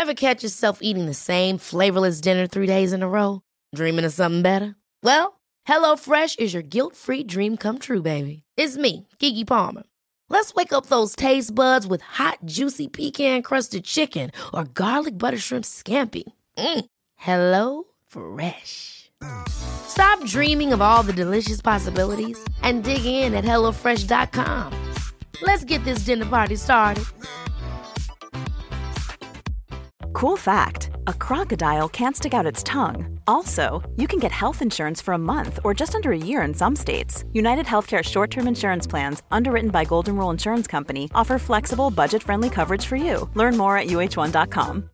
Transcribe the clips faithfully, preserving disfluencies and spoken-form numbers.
Ever catch yourself eating the same flavorless dinner three days in a row? Dreaming of something better? Well, HelloFresh is your guilt-free dream come true, baby. It's me, Keke Palmer. Let's wake up those taste buds with hot, juicy pecan-crusted chicken or garlic butter shrimp scampi. Mm. Hello Fresh. Stop dreaming of all the delicious possibilities and dig in at hello fresh dot com. Let's get this dinner party started. Cool fact, a crocodile can't stick out its tongue. Also, you can get health insurance for a month or just under a year in some states. United Healthcare short-term insurance plans, underwritten by Golden Rule Insurance Company, offer flexible, budget-friendly coverage for you. Learn more at u h one dot com.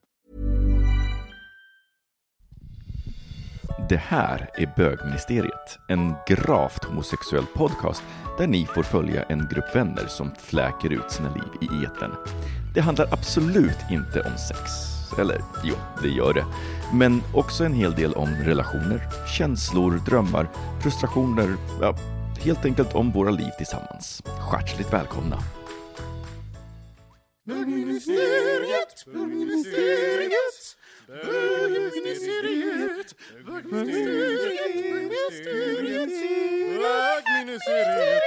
Det här är Bögministeriet, en gravt homosexuell podcast där ni får följa en grupp vänner som fläker ut sina liv i etern. Det handlar absolut inte om sex. Eller, jo, det gör det. Men också en hel del om relationer, känslor, drömmar, frustrationer. Ja, helt enkelt om våra liv tillsammans. Hjärtligt välkomna. Bögministeriet, bögministeriet, bögministeriet, bögministeriet, bögministeriet.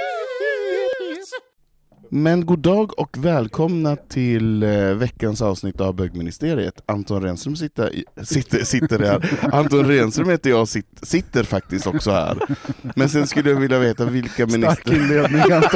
Men god dag och välkomna till eh, veckans avsnitt av Bögministeriet. Anton Renström sitter, i, sitter, sitter här. Anton Renström heter jag sitter, sitter faktiskt också här. Men sen skulle jag vilja veta vilka minister... Stark inledning, Anton.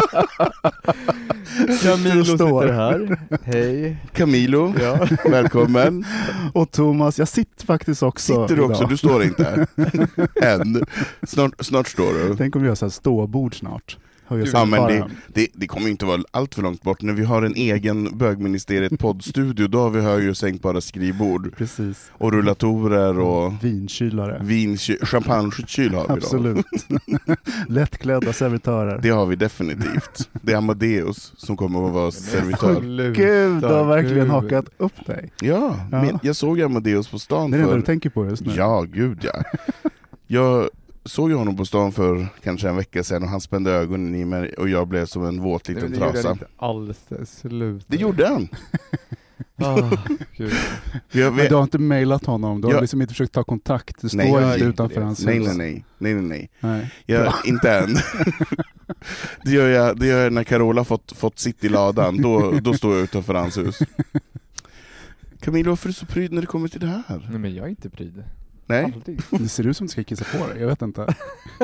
Camilo sitter här. Hej. Camilo, Ja. Välkommen. Och Thomas, jag sitter faktiskt också. Sitter du också? Idag. Du står inte här. Än. Snart, snart står du. Tänk om vi gör så här ståbord snart. Ja, men det, det, det kommer inte vara allt för långt bort. När vi har en egen Bögministeriet poddstudio, då har vi höj- och sänkbara skrivbord. Precis. Och rullatorer och vinkylare. Vinky- champagnekyl har vi då. Absolut. Lättklädda servitörer. Det har vi definitivt. Det är Amadeus som kommer att vara servitör. Gud, du har verkligen Gud. hakat upp dig. Ja, Ja. men jag såg Amadeus på stan Det är det för... du tänker på just nu. Ja, gud ja. Jag såg ju honom på stan för kanske en vecka sedan och han spände ögonen i mig och jag blev som en våt liten det gjorde trasa. jag inte alls, slut. Det gjorde han. Oh, Gud. Jag Men vet... du har inte mejlat honom, du har Ja. liksom inte försökt ta kontakt. Du står Nej, inte jag- utanför hans Nej, hus. nej, nej. Nej, nej, nej. nej. Jag, inte än. Det gör jag, det gör jag när Carola fått, fått sitt i ladan. Då, då står jag utanför hans hus. Camilo, varför är du så pryd när det kommer till det här? Nej, men jag är inte pryd. Nej? Aldrig. Det ser ut som du ska kissa på dig, jag vet inte.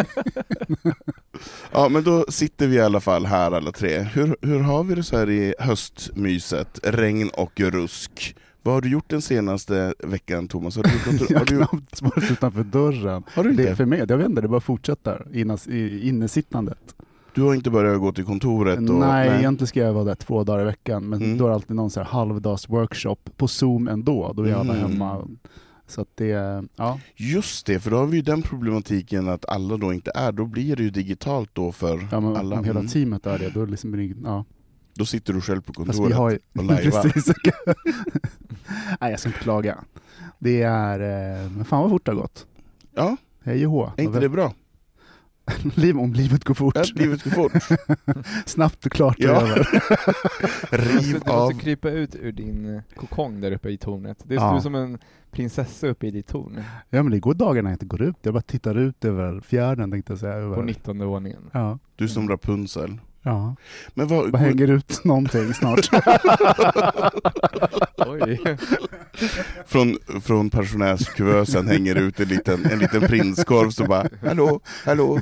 Ja, men då sitter vi i alla fall här alla tre. Hur, hur har vi det så här i höstmyset? Regn och rusk. Vad har du gjort den senaste veckan, Thomas? Har du gjort något? Jag Har har du, knappt varit utanför dörren. har du Det är inte? för mig, jag vet inte, det bara fortsätter innas, i, innesittandet. Du har inte börjat gå till kontoret? Och, nej, egentligen ska jag vara där två dagar i veckan. Men Mm. då är det alltid någon så här halvdags workshop på Zoom ändå. Då är alla Mm. hemma. Så att det, ja. Just det, för då har vi ju den problematiken att alla då inte är. Då blir det ju digitalt då för ja men alla. om hela Mm. teamet är det, då är det liksom, ja. Då sitter du själv på Fast kontoret vi har ju, och lajvar. precis. Nej, jag ska inte klaga. Det är, eh, men fan vad fort det har gått. Ja, Hej och hå. är inte det bra? Liv, om livet går fort. Ja, livet går fort. Snabbt och klart Ja. över. Du Riv måste, du av. måste krypa ut ur din eh, kokong där uppe i tornet. Det är Ja. du som en prinsessa uppe i ditt torn. Ja, men det går dagar när jag inte går ut. Jag bara tittar ut över fjärden, tänkte jag säga. Över. På nittonde våningen. Ja. Du är som Rapunzel. Ja. Men vad, Bara hänger ut någonting snart. Oj. från, från pensionärskuvösen hänger ut en liten, en liten prinskorv så bara, hallå, hallå.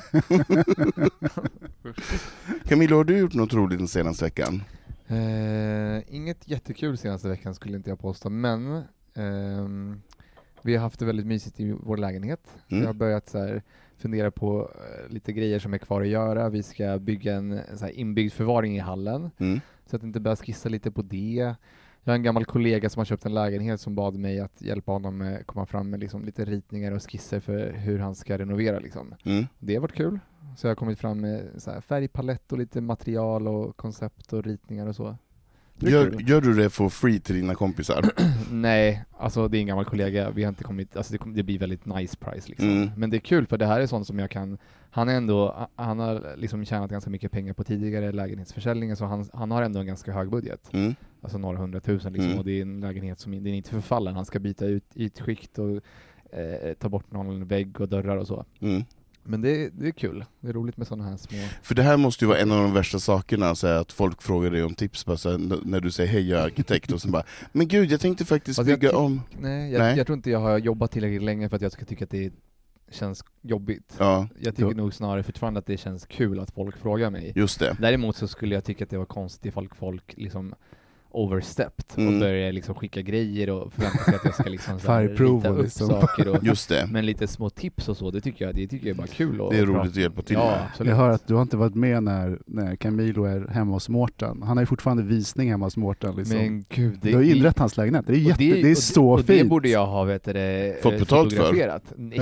Camilo, har du gjort något roligt den senaste veckan? Eh, inget jättekul senaste veckan skulle inte jag påstå, men ehm, vi har haft det väldigt mysigt i vår lägenhet. Mm. Vi har börjat så här, fundera på eh, lite grejer som är kvar att göra. Vi ska bygga en så här, inbyggd förvaring i hallen, Mm. så att inte börja skissa lite på det. Jag har en gammal kollega som har köpt en lägenhet som bad mig att hjälpa honom med komma fram med liksom, lite ritningar och skisser för hur han ska renovera. Liksom. Mm. Det har varit kul. Så jag har kommit fram med så här, färgpalett och lite material och koncept och ritningar och så. Det är Gör, kul. gör du det för free till dina kompisar? Nej, alltså det är en gammal kollega. Vi har inte kommit, alltså det, kom, det blir väldigt nice price liksom. Mm. Men det är kul för det här är sånt som jag kan, han är ändå, han har liksom tjänat ganska mycket pengar på tidigare lägenhetsförsäljningar, så han, han har ändå en ganska hög budget. Mm. alltså några hundratusen liksom, Mm. och det är en lägenhet som den är inte förfallen. Han ska byta ut ytskikt och eh, ta bort någon vägg och dörrar och så. Mm. Men det, det är kul. Det är roligt med sådana här små... För det här måste ju vara en av de värsta sakerna, så här, att folk frågar dig om tips bara, så här, n- när du säger hej jag är arkitekt och så bara, men gud jag tänkte faktiskt Fast jag bygga ty- om. Nej, jag, Nej. jag tror inte jag har jobbat tillräckligt länge för att jag ska tycka att det känns jobbigt. Ja, Jag tycker Jo. nog snarare fortfarande att det känns kul att folk frågar mig. just det. Däremot så skulle jag tycka att det var konstigt ifall folk liksom overstepped Mm. och börjar liksom skicka grejer och förvänta sig att jag ska liksom så här Färgprov rita och upp liksom. saker. Och, Just det. men lite små tips och så, det tycker jag, det tycker jag är bara kul. Och, Det är och roligt prata. att hjälpa till Ja, med. absolut. Jag hör att du har inte varit med när, när Camilo är hemma hos Mårten. Han har ju fortfarande visning hemma hos Mårten. Liksom. Men gud, det, du har ju inrett hans lägenhet. Det är, och jätte, det, är och så och fint. det borde jag ha vet du, det, Fått eh, betalt för? fotograferat. Nej.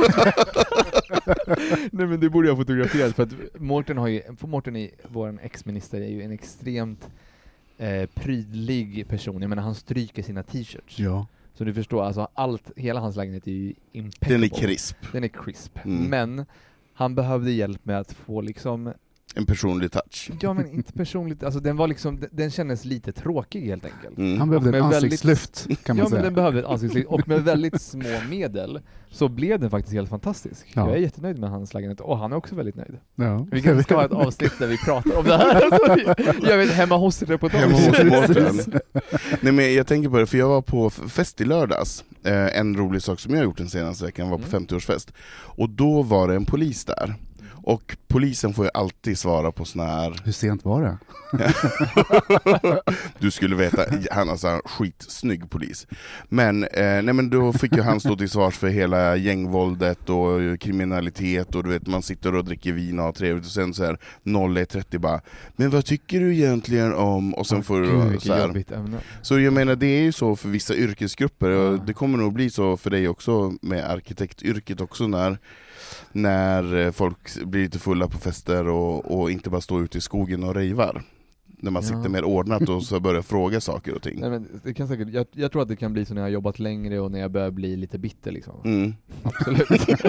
Nej men det borde jag ha fotograferat för att Mårten har ju, för Mårten är, vår ex-minister är ju en extremt eh, prydlig person. Jag menar han stryker sina t-shirts. Ja. Så du förstår, alltså allt, hela hans lägenhet är ju impeccable. Den är krisp. Den är crisp. Mm. Men han behövde hjälp med att få liksom, En personlig touch. ja men inte personligt, alltså den var liksom, den, den kändes lite tråkig helt enkelt. Mm. Han behövde Och en med väldigt- ansiktslyft kan man Ja men säga. den behövde ett ansiktslyft, och med väldigt små medel så blev den faktiskt helt fantastisk. Ja. Jag är jättenöjd med hans lägenhet, och han är också väldigt nöjd. Ja. Vi kanske ska ha ett avsnitt där vi pratar om det här. Jag vet, hemma hos reportage. Hemma hos Precis. Mårten. Nej men jag tänker på det, för jag var på f- fest i lördags. Eh, en rolig sak som jag har gjort den senaste veckan var på Mm. femtioårsfest. Och då var det en polis där. Och polisen får ju alltid svara på såna här... Hur sent var det? Du skulle veta, han är alltså en skitsnygg polis. Men, eh, nej men då fick ju han stå till svars för hela gängvåldet och kriminalitet, och du vet, man sitter och dricker vin och har trevligt, och sen så här noll ett trettio bara, men vad tycker du egentligen om, och sen får Gud, du vilket så här. jobbigt ämne. Så jag menar, det är ju så för vissa yrkesgrupper, och Ja. det kommer nog bli så för dig också med arkitektyrket också, när när folk blir lite fulla på fester och, och inte bara står ute i skogen och rejvar. När man Ja. sitter mer ordnat och så börjar fråga saker och ting. Nej, men det kan säkert, jag, jag tror att det kan bli så när jag har jobbat längre och när jag börjar bli lite bitter liksom. Mm. Absolut.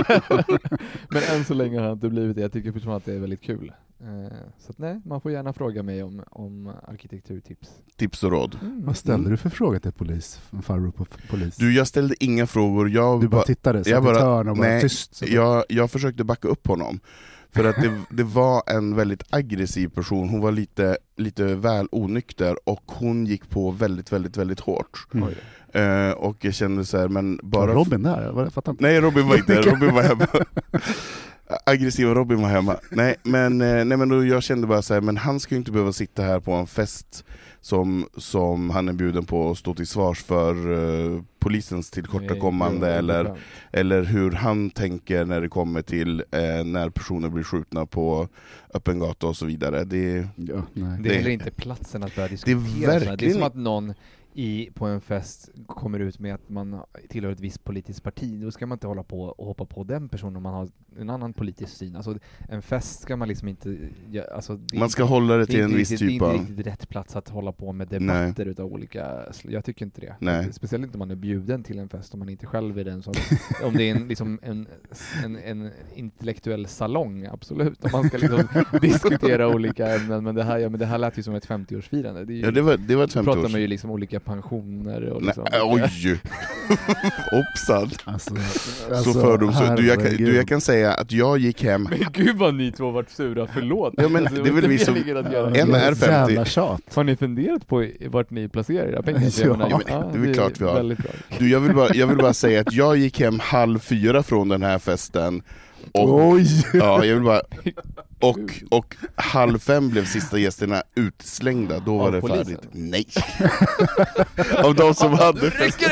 Men än så länge har jag inte blivit det. Jag tycker fortfarande att det är väldigt kul. Eh, så att nej, man får gärna fråga mig om, om arkitekturtips. Tips och råd. Mm. Vad ställde du för fråga till polis? En farbror på polis? Du, jag ställde inga frågor. Jag, Du bara ba- tittade, jag satt i ett bara- hörn och bara nej, tyst. Så bara- jag, jag försökte backa upp honom. För att det, det var en väldigt aggressiv person. Hon var lite, lite väl onykter, och hon gick på väldigt, väldigt, väldigt hårt. Mm. Oj. Eh, och jag kände så här, men Var bara... Robin där? Jag bara- jag fattar inte. Nej, Robin var inte där. Robin var hemma. Aggressiva Robin var hemma. Nej, men, eh, nej, men då jag kände bara så här, men han ska ju inte behöva sitta här på en fest som, som han är bjuden på och stå till svars för eh, polisens tillkortakommande, Det är eller, obekvämt. eller hur han tänker när det kommer till eh, när personer blir skjutna på öppen gata och så vidare. Det, Ja, nej. Det är Det- heller inte platsen att börja det är diskutera sådana. Det är verkligen- som att någon i, på en fest kommer ut med att man tillhör ett visst politiskt parti. Då ska man inte hålla på och hoppa på den personen om man har en annan politisk syn. Alltså, en fest ska man liksom inte... Ja, alltså, det är man ska inte- hålla det det till är en inte viss riktigt, typ det är av... inte riktigt rätt plats att hålla på med debatter utav olika... Jag tycker inte det. Nej. Speciellt inte om man är bjuden till en fest, om man inte själv är den som... om det är en, liksom en, en, en intellektuell salong, absolut. Om man ska liksom diskutera olika ämnen. Men det här, ja, men det här lät ju som ett femtioårsfirande. Det är ju, Ja, det var, det var ett då pratar femtio man år. ju liksom olika pensioner och Nej, liksom... oj! Hoppsan! Alltså, Så alltså, fördom. Så, du, jag, kan- herregud. du, jag kan säga att jag gick hem... Men gud vad ni två vart sura, förlåt. Ja, men Alltså, det är väl var vi inte som- meningen att göra En det. är femtio. Jävla tjat. Har ni funderat på i- vart ni placerar era pengar? För Ja, jag menar, ja, men det är väl klart vi har. Väldigt bra. Du, jag, vill bara, jag vill bara säga att jag gick hem halv fyra från den här festen. Och, Oj! ja, jag vill bara, och, och halv fem blev sista gästerna utslängda. Då var Av det polisen? färdigt. Nej! Av de som hade festen.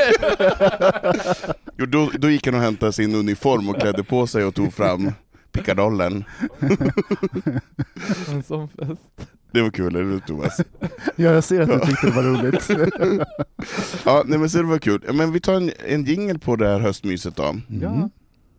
Jo, då, då gick han och hämtade sin uniform och klädde på sig och tog fram pickadollen. En sån fest. Det var kul, eller hur Thomas? Ja, jag ser att du tyckte det var roligt. Ja, nej, men så det var kul. Ja, men vi tar en, en jingle på det här höstmyset då. Ja.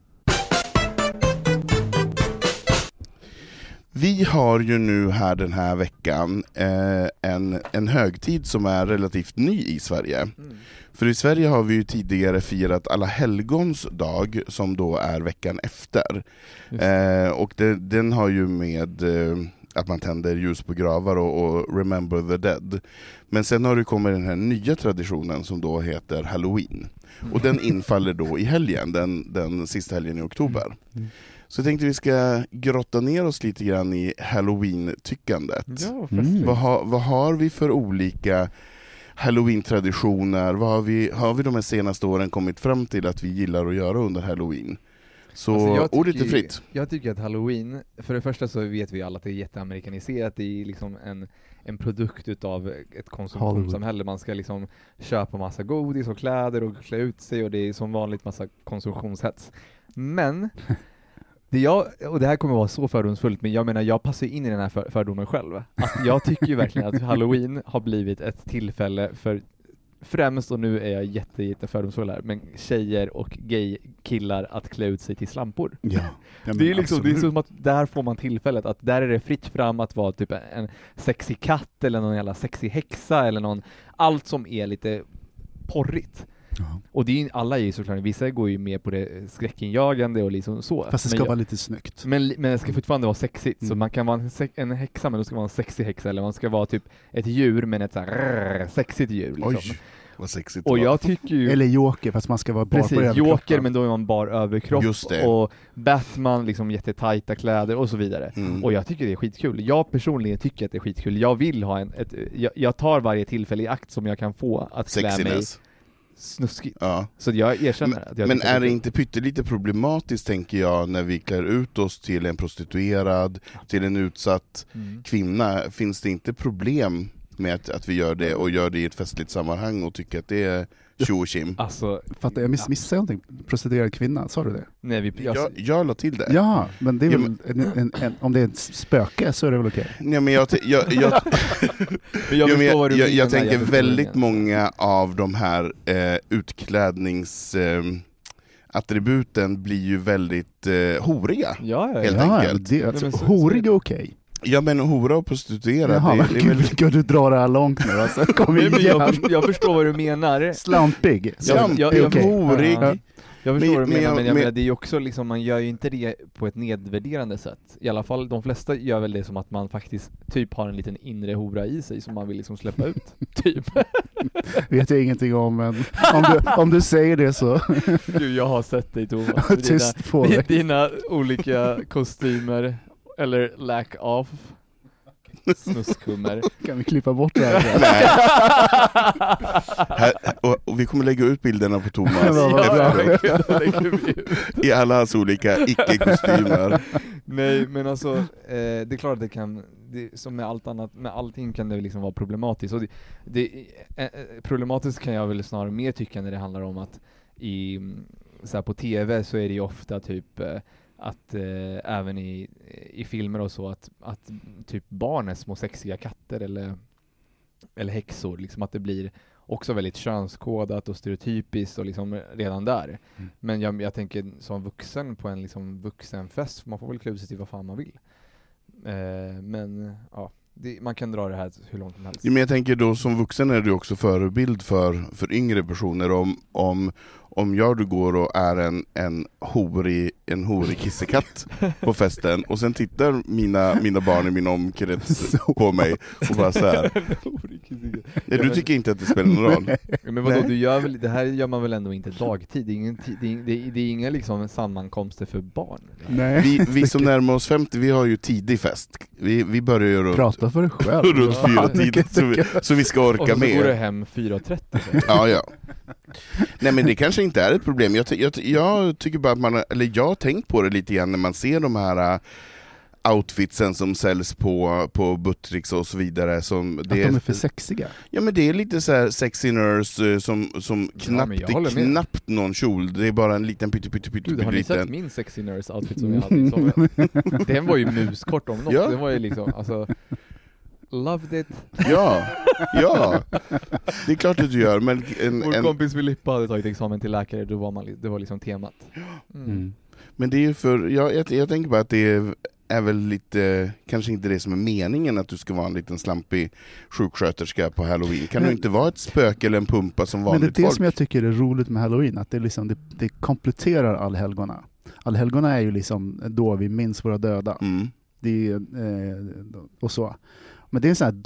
Vi har ju nu här den här veckan eh, en, en högtid som är relativt ny i Sverige. Mm. För i Sverige har vi ju tidigare firat Alla helgons dag, som då är veckan efter. Just Eh, och det, den har ju med eh, att man tänder ljus på gravar och, och remember the dead. Men sen har det kommit den här nya traditionen som då heter Halloween. Och den infaller då i helgen, den, den sista helgen i oktober. Mm. Så jag tänkte vi ska grotta ner oss lite grann i Halloween-tyckandet. Ja, Mm. Vad, har, vad har vi för olika Halloween-traditioner? Vad har vi, har vi de här senaste åren kommit fram till att vi gillar att göra under Halloween? Så Alltså, jag ordet är tycker- fritt. Jag tycker att Halloween, för det första så vet vi alla att det är jätteamerikaniserat, det är liksom en, en produkt utav ett konsumtionssamhälle. Man ska liksom köpa massa godis och kläder och klä ut sig, och det är som vanligt massa konsumtionshets. Men det jag, och det här kommer vara så fördomsfullt, men jag menar, jag passar in i den här för, fördomen själv. Att jag tycker ju verkligen att Halloween har blivit ett tillfälle för främst, och nu är jag jätte, jätte fördomsfull här, men tjejer och gay killar att klä ut sig till slampor. Ja. Ja, Det är men liksom, det är absolut. som att där får man tillfället, att där är det fritt fram att vara typ en sexig katt eller någon jävla sexig häxa eller någon, allt som är lite porrigt. Ja. Och det är, alla är ju såklart, vissa går ju med på det skräckinjagande och liksom så. Fast det ska men, vara lite snyggt. men, men det ska fortfarande vara sexigt, så Mm. man kan vara en, sex, en häxa, men då ska man vara en sexig häxa, eller man ska vara typ ett djur, men ett så här rrr, sexigt djur liksom. Oj, vad sexigt. Och det var. jag tycker ju Eller Joker, fast man ska vara bara precis, på överkroppen. Joker, men då är man bara överkropp. Just det. Och Batman, liksom jättetajta kläder och så vidare. Mm. Och jag tycker det är skitkul. Jag personligen tycker att det är skitkul. Jag vill ha en, ett, jag, jag tar varje tillfälle i akt som jag kan få att klä mig Sexiness. snuskigt. Ja. Så jag erkänner Men, att jag men tycker är att det inte pyttelite problematiskt, tänker jag, när vi klär ut oss till en prostituerad, till en utsatt Mm. kvinna? Finns det inte problem med att, att vi gör det och gör det i ett festligt sammanhang och tycker att det är tjo och tjim? Alltså, Fattar, jag miss, missade någonting. Prostituerad kvinna, sa du det? nej, vi, jag, Jag, jag la till det. Ja, men det är Ja, väl en, en, en, om det är ett spöke så är det väl okej. Ja, men jag, jag, jag, jag, men jag ja, men förstår vad jag, du jag, menar, jag tänker förstår vad du väldigt menar. många av de här eh, utklädnings... Eh, attributen blir ju väldigt eh, horiga. Ja, ja, Helt ja. enkelt. det, alltså, Nej, men så- horig är okej. Ja, men hora och prostituerad, Jaha, det, men det är gud, väl... vilka du drar det här långt nu alltså. Kom Nej, men jag, igen. förstår, jag förstår vad du menar. Slampig. Slampig, jag- jag- okej. horig. Ja. Jag förstår Men- vad du men menar, jag- men jag men- menar, det är ju också liksom, man gör ju inte det på ett nedvärderande sätt. I alla fall, de flesta gör väl det som att man faktiskt typ har en liten inre hora i sig som man vill liksom släppa ut. Typ. Vet jag ingenting om, men om du, om du säger det så Gud, jag har sett dig, Thomas. Dina, tyst på di- dig. dina olika kostymer, eller lack of snuskummer. Kan vi klippa bort det här? Nej. Här, och, och vi kommer lägga ut bilderna på Thomas Ja, vad bra. efteråt, det lägger vi ut. i alla hans olika icke-kostymer. Nej, men alltså, eh, det är klart att det kan, det, som med allt annat, med allting kan det liksom vara problematiskt. Och det, det, eh, eh, problematiskt kan jag väl snarare mer tycka när det handlar om att i, mm, så här på tv så är det ju ofta typ eh, att eh, även i, i filmer och så, att, att typ barn är små sexiga katter eller, eller häxor, liksom att det blir också väldigt könskodat och stereotypiskt och liksom redan där. Mm. Men jag, jag tänker som vuxen på en liksom vuxenfest, man får väl klä ut sig till vad fan man vill. Eh, men ja, det, man kan dra det här hur långt som helst. Ja, men jag tänker då, som vuxen är du också förebild för, för yngre personer. Om, om, om jag du går och är en, en horig, en horig kissekatt på festen och sen tittar mina, mina barn i min omkrets på mig och bara så här. Nej, du tycker inte att det spelar någon roll? Men vadå, Nej. du gör väl, det här gör man väl ändå inte dagtid? Det är, ingen tid, det är, det är, det är inga liksom sammankomster för barn. Nej. Vi, vi som närmar oss femtio, vi har ju tidig fest. Vi, vi börjar ju runt, Prata för dig själv. runt fyra tidigt så vi, så vi ska Och orka så går du med. hem fyra trettio. Ja, ja. Nej, men det kanske inte är ett problem. Jag, jag, jag tycker bara att man, eller jag har tänkt på det lite grann när man ser de här uh, outfitsen som säljs på, på Buttricks och så vidare. Som Att det de är för sexiga. Ja, men det är lite så här sexy nurse uh, som, som knappt, men jag det håller är med. knappt någon kjol. Det är bara en liten pytte pytte pytte Gud, har ni sett liten. min sexy nurse outfit som jag hade i somras? Den var ju muskort om något. Ja. Den var ju liksom, alltså, loved it. Ja, ja. Det är klart att du gör, men en, Vår en, kompis Filippa hade tagit examen till läkare, då var man, li- det var liksom temat. Mm. Mm. men det är ju för, jag, jag, jag tänker bara att det är, är väl lite, kanske inte det som är meningen, att du ska vara en liten slampig sjuksköterska på Halloween. Kan du inte vara ett spöke eller en pumpa som Men det vanligt är det folk? som jag tycker är roligt med Halloween, att det, liksom, det, det kompletterar allhelgona. Allhelgona är ju liksom då vi minns våra döda. Mm. Det är, eh, och så. Men det är en sån här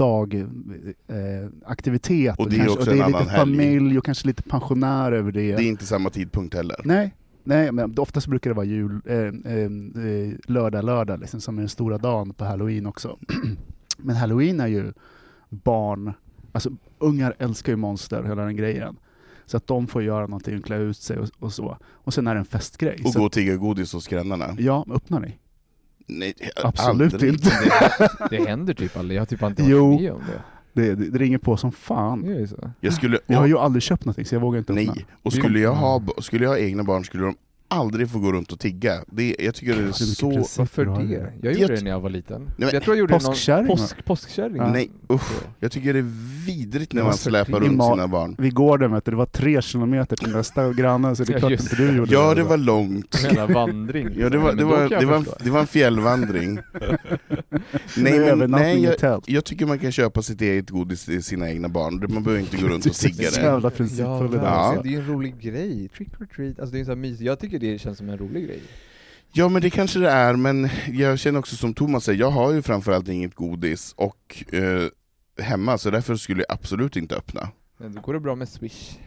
dagaktivitet eh, Och och, det är kanske, också och det en är lite annan helg. familj och kanske lite pensionär över det. Det är inte samma tidpunkt heller. Nej, nej, men oftast brukar det vara jul, eh, eh, lördag, lördag liksom, som är den stora dagen på Halloween också. Men Halloween är ju barn, alltså ungar älskar ju monster, hela den grejen. Så att de får göra någonting, klä ut sig och, och så. Och sen är det en festgrej. Och så gå och tigga godis hos grannarna. Ja, öppnar ni? Nej, Absolut aldrig. inte. Det händer typ aldrig, jag har typ inte varit Jo. med om det. Det, det, det ringer på som fan. Det är ju så. Jag skulle... Jag har ju aldrig köpt någonting så jag vågar inte öppna. Nej, och skulle jag, ha, skulle jag ha egna barn skulle de aldrig få gå runt och tigga. Det, jag tycker det är mycket så... precis. Varför Bra det? idé. Jag Jag gjorde t- det när jag var liten. men- jag tror jag gjorde Påskkärring, någon va? påsk, påskkärring. Ja. Nej, usch. Jag tycker det är vidrigt när man Varför släpar det? runt Ma- sina barn. Vi går där med att det var tre kilometer till nästa granne så det är Ja, klart just inte du gjorde Ja, det. det var långt. En jävla vandring. Ja, det var, Men det då var, kan jag det var, en, förstå. det var en fjällvandring. Nej, Nej, men, övernattning nej i jag, tält. jag tycker man kan köpa sitt eget godis till sina egna barn. Man behöver inte gå runt och tigga Så det. jävla Ja, principfull idag. verkligen. Ja. Det är ju en rolig grej. Trick or treat. Alltså det är så här mysigt. Jag tycker det känns som en rolig grej. Ja, men det kanske det är, men jag känner också som Thomas säger, jag har ju framförallt inget godis och eh, hemma, så därför skulle jag absolut inte öppna. Men då går det bra med Swish.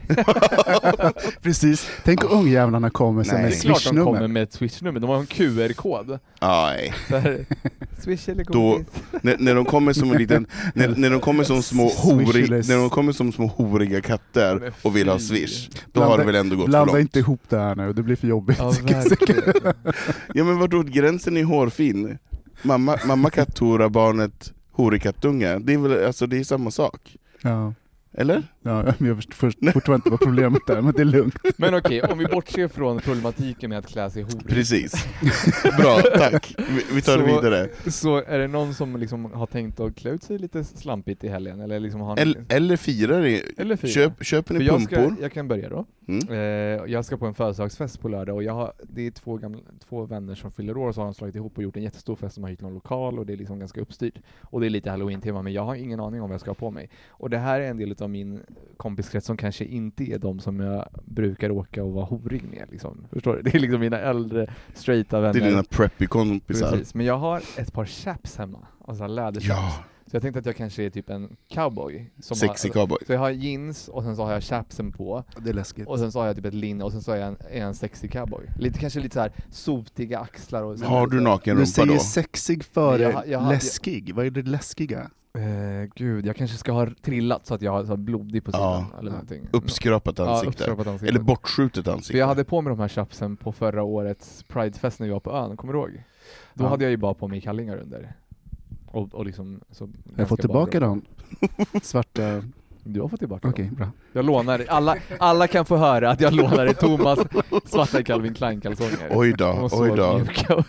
Precis. Tänk om ungjävlarna kommer sen Nej. med Det är klart de kommer swishnummer. med ett Swish-nummer. De har en Q R-kod. Nej. Så här, Swish eller Då- godis. När, när de kommer som en liten, när, när de kommer som små horig, Swishless. när de kommer som små horiga katter och vill ha Swish, då Blanda- har det väl ändå gått för Blanda långt. inte ihop det här nu, det blir för jobbigt. Ja, verkligen. Ja, men vadå, gränsen är hårfin. Mamma, mamma katthora, barnet horig kattunge. Det är väl, alltså det är samma sak. Ja. Eller? Ja, jag först, först, fortfarande inte vad problemet är, men det är lugnt. Men okej, om vi bortser från problematiken med att klä sig horig. Precis. Bra, tack. Vi, vi tar det Så- vidare. Så är det någon som liksom har tänkt att klä ut sig lite slampigt i helgen? Eller, liksom har Eller, eller firar det. Eller fira. Köp, köper För ni jag, ska, pumpor? jag kan börja då. Mm. Eh, jag ska på en födelsedagsfest på lördag och jag har, det är två, gamla, två vänner som fyller år, så har de slagit ihop och gjort en jättestor fest som har hyrt någon lokal och det är liksom ganska uppstyrt. Och det är lite Halloween-tema, men jag har ingen aning om vad jag ska ha på mig. Och det här är en del av min kompiskrets som kanske inte är de som jag brukar åka och vara horig med. Liksom. Förstår du? Det är liksom mina äldre, straighta vänner. Det är dina preppy-kompisar. Precis, men jag har ett par chaps hemma, alltså läderchaps. Ja, Så jag tänkte att jag kanske är typ en cowboy. Som sexy har, cowboy. Så jag har jeans och sen så har jag chapsen på. Det är läskigt. Och sen så har jag typ ett linne och sen så är jag en, är jag en sexy cowboy. Lite, kanske lite så här sotiga axlar och så. Har du naken Du rumpa säger då? sexig före Jag har- jag har- läskig. Vad är det läskiga? Eh, gud, jag kanske ska ha trillat så att jag har så här blodig på sidan Ja. eller någonting. Uppskrapat Ja, ansikte. uppskrapat ansikte. Eller bortskjutet ansikte. För jag hade på mig de här chapsen på förra årets Pridefest när vi var på ön, kommer du ihåg? Då Ja. hade jag ju bara på mig kallingar under. Och, och liksom, så Jag har ganska fått tillbaka bara- dem. Svarta... Du har fått tillbaka Okej, dem. bra. Jag lånar, alla, alla kan få höra att jag lånar Thomas svarta Calvin Klein-kalsonger. Oj De då, var så oj då. mjuka.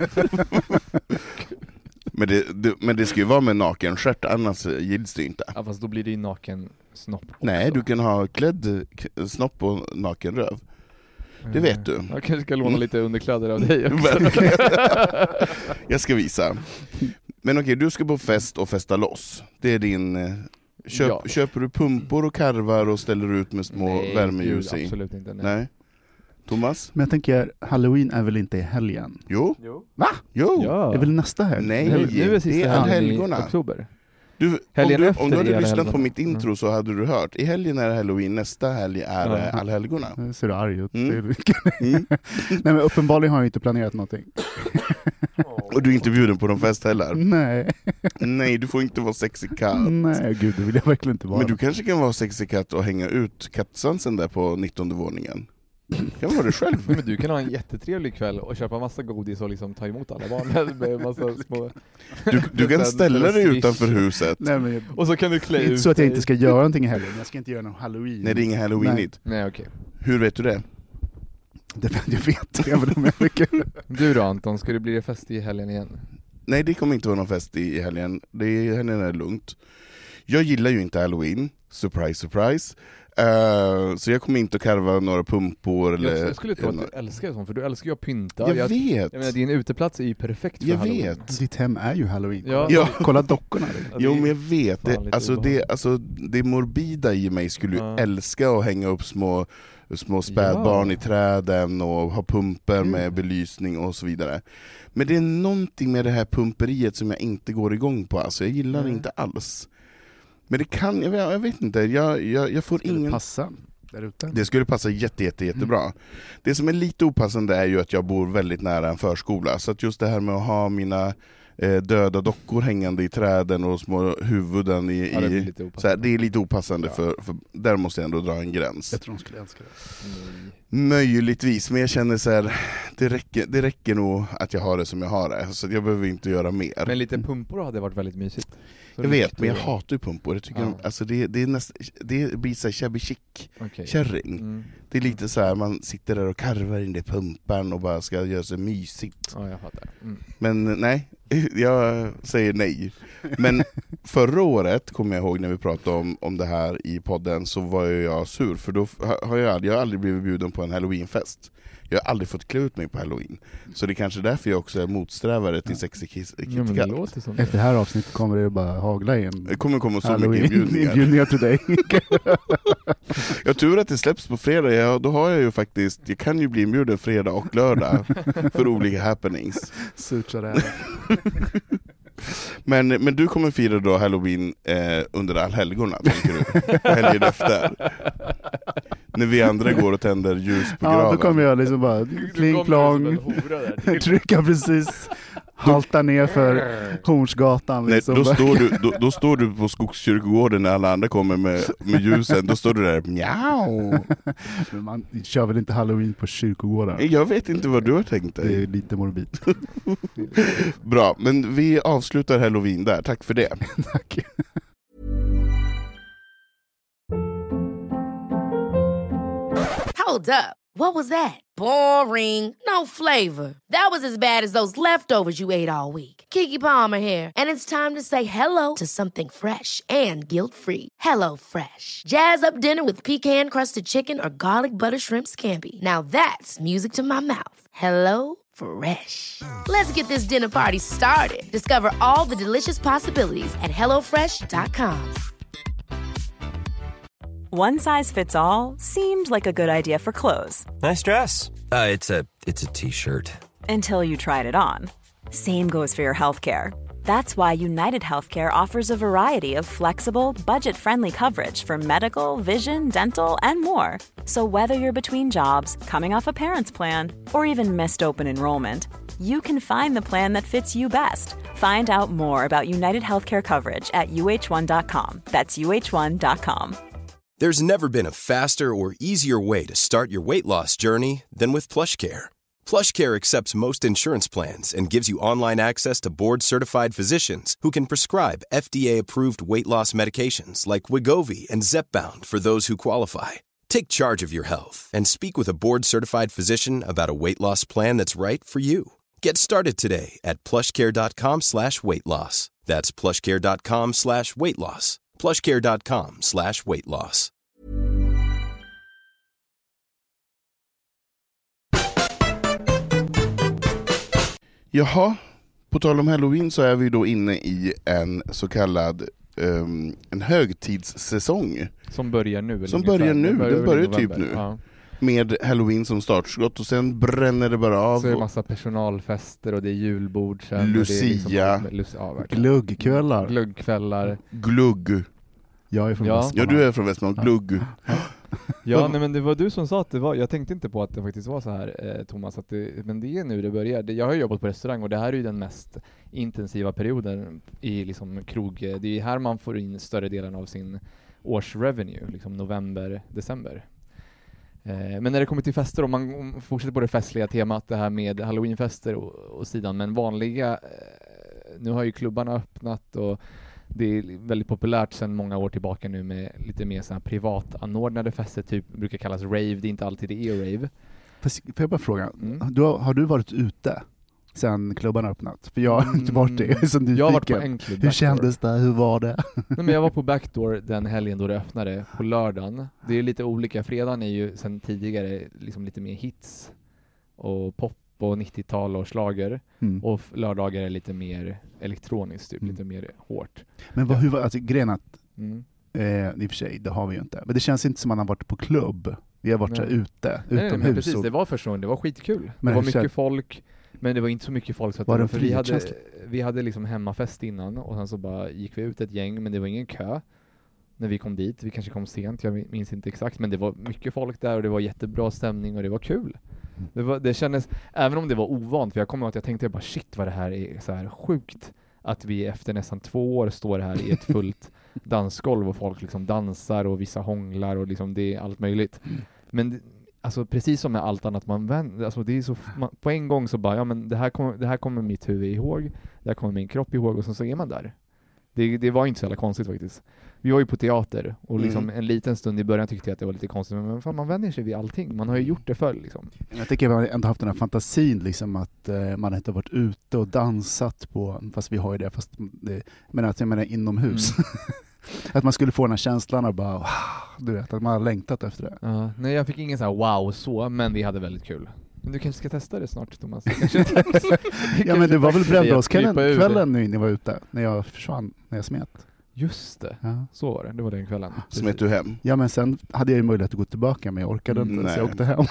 Men det, det, men det ska ju vara med naken stjärt, annars gills det ju inte. Ja, fast då blir det ju naken snopp också. Nej, du kan ha klädd k- snopp och naken röv. Det vet du. Jag kanske ska låna Mm. lite underkläder av dig också. Verkligen. Jag ska visa. Men okej, du ska på fest och festa loss. Det är din... eh, Köp, Ja. Köper du pumpor och karvar och ställer ut med små Nej, värmeljus gud, i? absolut inte. Nej. Nej. Thomas? Men jag tänker, Halloween är väl inte i helgen? Jo. Jo. Jo. Ja. Det är väl nästa helg? Nej. Nu, nu är det sista är helgen i helgona. oktober. Du, om Helgen du, efter om du är hade lyssnat allhelgona. på mitt intro så hade du hört. I helgen är det Halloween, nästa helg är Ja. ja. allhelgona. Nu ser du arg ut. Mm. Det är- Mm. Nej, men uppenbarligen har jag inte planerat någonting. Och du är inte bjuden på någon fest heller. Nej, Nej, du får inte vara sexy katt. nej gud, det vill jag verkligen inte vara. Men du kanske kan vara sexy katt och hänga ut kattsvansen där på nittonde våningen. Kan vara det själv. Men du kan ha en jättetrevlig kväll och köpa massa godis och liksom ta emot alla barn med massa små... Du, du kan ställa dig utanför huset. Nej, men jag, Och så kan du det klä är inte ut så att jag dig. inte ska göra någonting i helgen. Jag ska inte göra någon Halloween. Nej, det är ingen halloweenigt. Nej, okej. Hur vet du det? Det, jag vet även om jag mycket. Du då Anton, ska det bli det fest i helgen igen? Nej, det kommer inte vara någon fest i, i helgen. Det är, helgen är lugnt. Jag gillar ju inte halloween. Surprise, surprise. Uh, så jag kommer inte att karva några pumpor eller... Jag, jag skulle tro att eller- du älskar sånt, för du älskar ju att pynta. Jag, jag, vet. jag menar, din uteplats är ju perfekt för Jag Halloween. vet. Ditt hem är ju Halloween. Ja. Kolla, Ja. kolla dockorna. Ja, Jo, det är- men jag vet. fan Det, lite alltså, det, obehagligt. alltså, det morbida i mig skulle ju Ja. älska att hänga upp små små spädbarn Ja. i träden och ha pumper Mm. med belysning och så vidare. Men det är någonting med det här pumperiet som jag inte går igång på. Alltså jag gillar det Nej. inte alls. Men det kan, jag vet, jag vet inte, jag, jag, jag får Skulle ingen... passa där ute. Det skulle passa jätte, jätte, jättebra. Mm. Det som är lite opassande är ju att jag bor väldigt nära en förskola. Så att just det här med att ha mina eh, döda dockor hängande i träden och små huvuden i... Ja, det blir i lite opassande. så här, det är lite opassande Ja. för, för där måste jag ändå dra en gräns. Jag tror de skulle älska det. Nej. Möjligtvis, men jag känner så här, det räcker, det räcker nog att jag har det som jag har det. Så jag behöver inte göra mer. Men lite pumpor hade varit väldigt mysigt. Så Jag vet, lite- men jag hatar ju pumpor. Jag tycker Ja. de, alltså det, det, är näst, det blir så här shabby chic Okej. kärring. Mm. Det är lite så här, man sitter där och karvar in i pumpan och bara ska göra sig mysigt. Ja, jag fattar. Mm. Men nej, jag säger nej. Men förra året, kommer jag ihåg när vi pratade om, om det här i podden, så var ju jag sur, för då har jag, aldrig, jag har aldrig blivit bjuden på en halloweenfest. Jag har aldrig fått klä ut mig på halloween. Så det är kanske därför jag också är motsträvare till sexy kiss, Ja, men det KitKat. låter som Efter det här avsnittet kommer det bara hagla in. Det kommer komma så mycket Halloween inbjudningar. inbjudningar till dig. Jag tror att det släpps på fredag, ja, då har jag ju faktiskt, jag kan ju bli inbjuden fredag och lördag för olika happenings. Surt så det är. Men, men du kommer fira då Halloween eh, under allhelgona, tänker du? Helgen efter. När vi andra går och tänder ljus på Ja, graven. då kommer jag liksom bara kling plong, trycka precis, halta ner för Hornsgatan Nej, liksom. då, står du, då, då står du på Skogskyrkogården när alla andra kommer med, med ljusen. Då står du där, mjau. Men man kör väl inte Halloween på kyrkogårdar? Jag vet inte vad du har tänkt Det dig. är lite morbid. Bra, men vi avslutar Halloween där. Tack för det. Tack. Hold up. What was that? Boring. No flavor. That was as bad as those leftovers you ate all week. Keke Palmer here, and it's time to say hello to something fresh and guilt-free. Hello Fresh. Jazz up dinner with pecan-crusted chicken or garlic butter shrimp scampi. Now that's music to my mouth. Hello Fresh. Let's get this dinner party started. Discover all the delicious possibilities at hello fresh dot com. One size fits all seemed like a good idea for clothes. Nice dress. Uh, it's a it's a t-shirt. Until you tried it on. Same goes for your healthcare. That's why United Healthcare offers a variety of flexible, budget-friendly coverage for medical, vision, dental, and more. So whether you're between jobs, coming off a parent's plan, or even missed open enrollment, you can find the plan that fits you best. Find out more about United Healthcare coverage at U H one dot com. That's U H one dot com. There's never been a faster or easier way to start your weight loss journey than with PlushCare. PlushCare accepts most insurance plans and gives you online access to board-certified physicians who can prescribe F D A-approved weight loss medications like Wegovy and Zepbound for those who qualify. Take charge of your health and speak with a board-certified physician about a weight loss plan that's right for you. Get started today at plushcare.com slash weight loss. That's plushcare.com slash weight loss. plushcare.com slash weight loss. Jaha, på tal om Halloween så är vi då inne i en så kallad um, en högtidssäsong. Som börjar nu. Eller Som ungefär. börjar nu, Den den väl i börjar november. typ nu. Ja. Med Halloween som startskott och sen bränner det bara av. Så är det och massa personalfester och det är julbord sen. och Lucia. Det är liksom, Lucia ja, verkligen. Gluggkvällar. Glöggkvällar. glugg. Jag är från Ja. Ja, Västmanland. du är från Västmanland. Glugg. Ja, nej, men det var du som sa att det var, jag tänkte inte på att det faktiskt var så här, eh, Thomas, att det, men det är nu det börjar. Det, jag har ju jobbat på restaurang och det här är ju den mest intensiva perioden i liksom krog. Det är här man får in större delen av sin årsrevenue, liksom november, december. Eh, men när det kommer till fester, om man om fortsätter på det festliga temat, det här med halloweenfester och, och sidan, men vanliga, eh, nu har ju klubbarna öppnat och det är väldigt populärt sedan många år tillbaka nu med lite mer sådana privatanordnade fester, typ brukar kallas rave, det är inte alltid det är rave. Får jag bara fråga, Mm. du har, har du varit ute sen klubbarna har öppnat? För jag har inte varit det, jag är så nyfiken. Jag har varit på en klubb. Hur Backdoor. kändes det? Hur var det? Nej, men jag var på Backdoor den helgen då det öppnade, på lördagen. Det är lite olika, fredagen är ju sedan tidigare liksom lite mer hits och pop och nittiotal och slager. Mm. Och lördagar är lite mer elektroniskt, typ Mm. lite mer hårt. Men vad, hur var, alltså grejen att, Mm. eh, i och för sig, det har vi ju inte. Men det känns inte som man har varit på klubb Vi har varit så här ute, nej, utomhus. men precis, och... det var första gången, det var skitkul. Men det var det mycket känns... folk, men det var inte så mycket folk så att var det det var, för vi hade, frihetskänsla? vi hade liksom hemmafest innan och sen så bara gick vi ut ett gäng, men det var ingen kö när vi kom dit. Vi kanske kom sent, jag minns inte exakt, men det var mycket folk där och det var jättebra stämning och det var kul. Det, var, det kändes, även om det var ovant, för jag kommer ihåg att jag tänkte bara shit vad det här är så här sjukt att vi efter nästan två år står här i ett fullt dansgolv och folk liksom dansar och vissa hånglar och liksom det är allt möjligt. Men alltså precis som med allt annat man vänder, alltså det är så man, på en gång så bara ja men det här kommer det här kommer mitt huvud ihåg, det här kommer min kropp ihåg och sen så är man där. Det, det var inte så jävla konstigt faktiskt. Vi var ju på teater och liksom mm. en liten stund i början tyckte jag att det var lite konstigt, men fan, man vänjer sig vid allting. Man har ju gjort det förr liksom. Jag tycker att man ändå haft den här fantasin liksom att eh, man inte har varit ute och dansat på, fast vi har ju det, fast det, men att jag menar inomhus. Mm. Att man skulle få den här känslan och bara, wow, du vet, att man har längtat efter det. Uh, nej, jag fick ingen så här wow så, men vi hade väldigt kul. Men du kanske ska testa det snart, Thomas. Ja, men det var väl Brännbollskvällen nu ni var ute, när jag försvann, när jag smet. Just det, ja. Så var det. Det var den kvällen. Smet du hem? Ja, men sen hade jag ju möjlighet att gå tillbaka, men jag orkade inte, nej. Så jag åkte hem.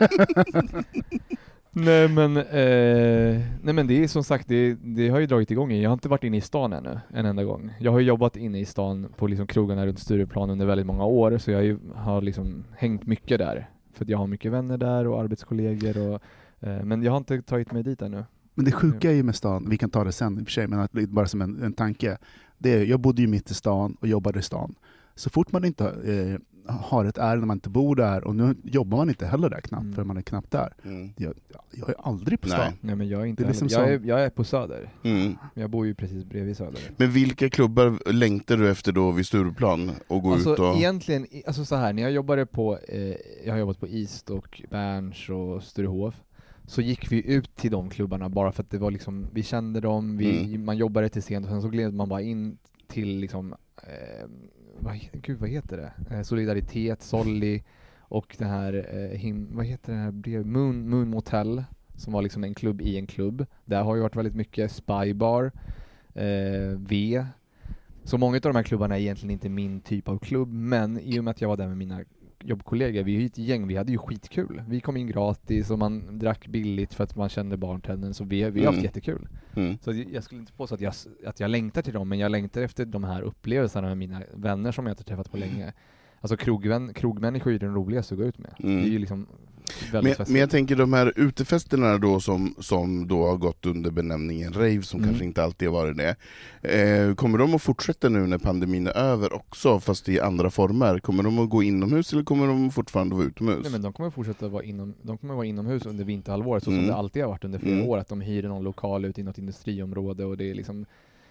nej, men, eh, nej men det är som sagt, det, det har ju dragit igång. Jag har inte varit inne i stan ännu, en enda gång. Jag har ju jobbat inne i stan på liksom krogarna runt Stureplan under väldigt många år, så jag har liksom hängt mycket där. För att jag har mycket vänner där och arbetskollegor. Och, eh, men jag har inte tagit mig dit ännu. Men det sjuka är ju med stan, vi kan ta det sen i och för sig, men att, bara som en, en tanke. Det är, jag bodde ju mitt i stan och jobbade i stan. Så fort man inte eh, har ett ärende, man inte bor där, och nu jobbar man inte heller där knappt, mm. för man är knappt där. Mm. Jag, jag är aldrig på stan. Nej, Nej men jag är inte det är liksom jag, är, jag är på Söder. Mm. Jag bor ju precis bredvid Söder. Men vilka klubbar längtar du efter då vid Stureplan och gå alltså, ut och... Egentligen, alltså så här, när jag jobbade på, eh, jag har jobbat på East och Berns och Sturehof, så gick vi ut till de klubbarna bara för att det var liksom, vi kände dem, vi, mm. man jobbade till sent och sen så gled man bara in till liksom, eh, vad, gud vad heter det? Eh, Solidaritet, Solly och det här, eh, him, vad heter det här? Moon, Moon Motel, som var liksom en klubb i en klubb. Där har ju varit väldigt mycket Spybar, eh, V. Så många av de här klubbarna är egentligen inte min typ av klubb, men i och med att jag var där med mina jobbkollegor, vi är ju ett gäng, vi hade ju skitkul. Vi kom in gratis och man drack billigt för att man kände bartendern, så vi, vi har haft mm. jättekul. Mm. Så jag skulle inte påstå att jag, att jag längtar till dem, men jag längtar efter de här upplevelserna med mina vänner som jag inte träffat på länge. Alltså krogvän, krogmänniskor är den roligaste att gå ut med. Mm. Det är ju liksom men, men jag tänker de här utefesterna då som, som då har gått under benämningen rave, som mm. kanske inte alltid har varit det. Eh, kommer de att fortsätta nu när pandemin är över också, fast i andra former? Kommer de att gå inomhus eller kommer de fortfarande vara utomhus? Nej, men de kommer fortsätta vara inom, de kommer vara inomhus under vinterhalvåret, så mm. som det alltid har varit under flera mm. år, att de hyr någon lokal ut i något industriområde och det är liksom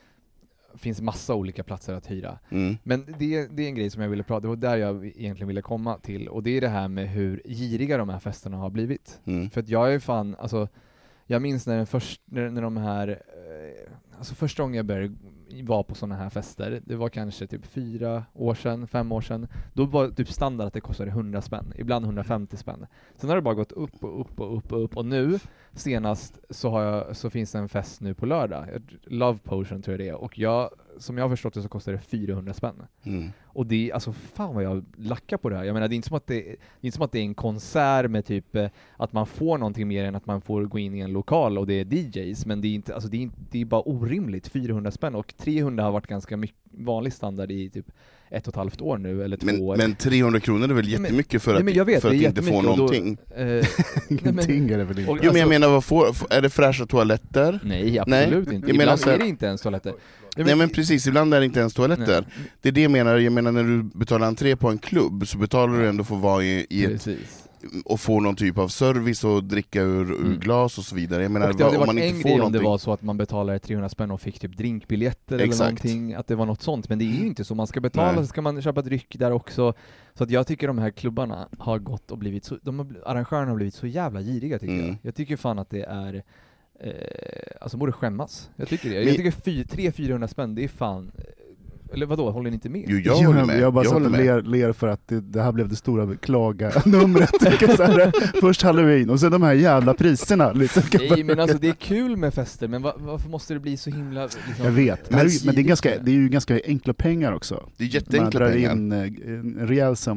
finns massa olika platser att hyra. Mm. Men det, det är en grej som jag ville prata, det var där jag egentligen ville komma till, och det är det här med hur giriga de här festerna har blivit. Mm. För att jag är fan, alltså jag minns när, den först, när, när de här eh, alltså första gången jag började vara på sådana här fester, det var kanske typ fyra år sedan, fem år sedan, då var typ standard att det kostade hundra spänn, ibland hundrafemtio spänn. Sen har det bara gått upp och upp och upp och upp, och nu senast så, har jag, så finns det en fest nu på lördag, Love Potion tror jag det är, och jag, som jag har förstått det så kostar det fyrahundra spänn. Mm. Och det är, alltså fan vad jag lackar på det här. Jag menar, det är inte som att det, det är inte som att det är en konsert med typ att man får någonting mer än att man får gå in i en lokal och det är D Js, men det är inte, alltså det är, det är bara orimligt, fyrahundra spänn, och trehundra har varit ganska mycket vanlig standard i typ ett och ett halvt år nu, eller två men, år. Men trehundra kronor är väl jättemycket för nej, att, vet, för att inte få någonting. Då, eh, Ingenting är det väl inte. Jo, men jag alltså, menar, vad får, är det fräscha toaletter? Nej, absolut nej. inte. Jag Ibland menar, så här, är det inte ens toaletter. Nej, men, nej men precis, ibland är det inte ens toaletter. Nej. Det är det jag menar, jag menar när du betalar entré på en klubb så betalar du ändå för att vara i, i ett, och få någon typ av service och dricka ur, ur mm. glas och så vidare. Jag menar, och det hade om varit man en inte grej får om det var så att man betalade trehundra spänn och fick typ drinkbiljetter eller någonting, att det var något sånt, men det är ju inte så. Man ska betala, nej. Så ska man köpa dryck där också. Så att jag tycker de här klubbarna har gått och blivit så, de har, arrangörerna har blivit så jävla giriga tycker mm. jag. Jag tycker fan att det är eh, alltså borde skämmas. Jag tycker det. Jag tycker fy, tre fyrahundra spänn, det är fan. Eller vadå, håller ni inte med? Jo, jag håller med. Jag bara jag satt och ler, ler för att det, det här blev det stora klaga-numret. Först Halloween och sen de här jävla priserna. Liksom. Nej, men alltså det är kul med fester, men var, varför måste det bli så himla... Liksom, jag vet, men, men det, är ganska, det är ju ganska enkla pengar också. Det är jätteenkla pengar. Man drar in en rejäl summa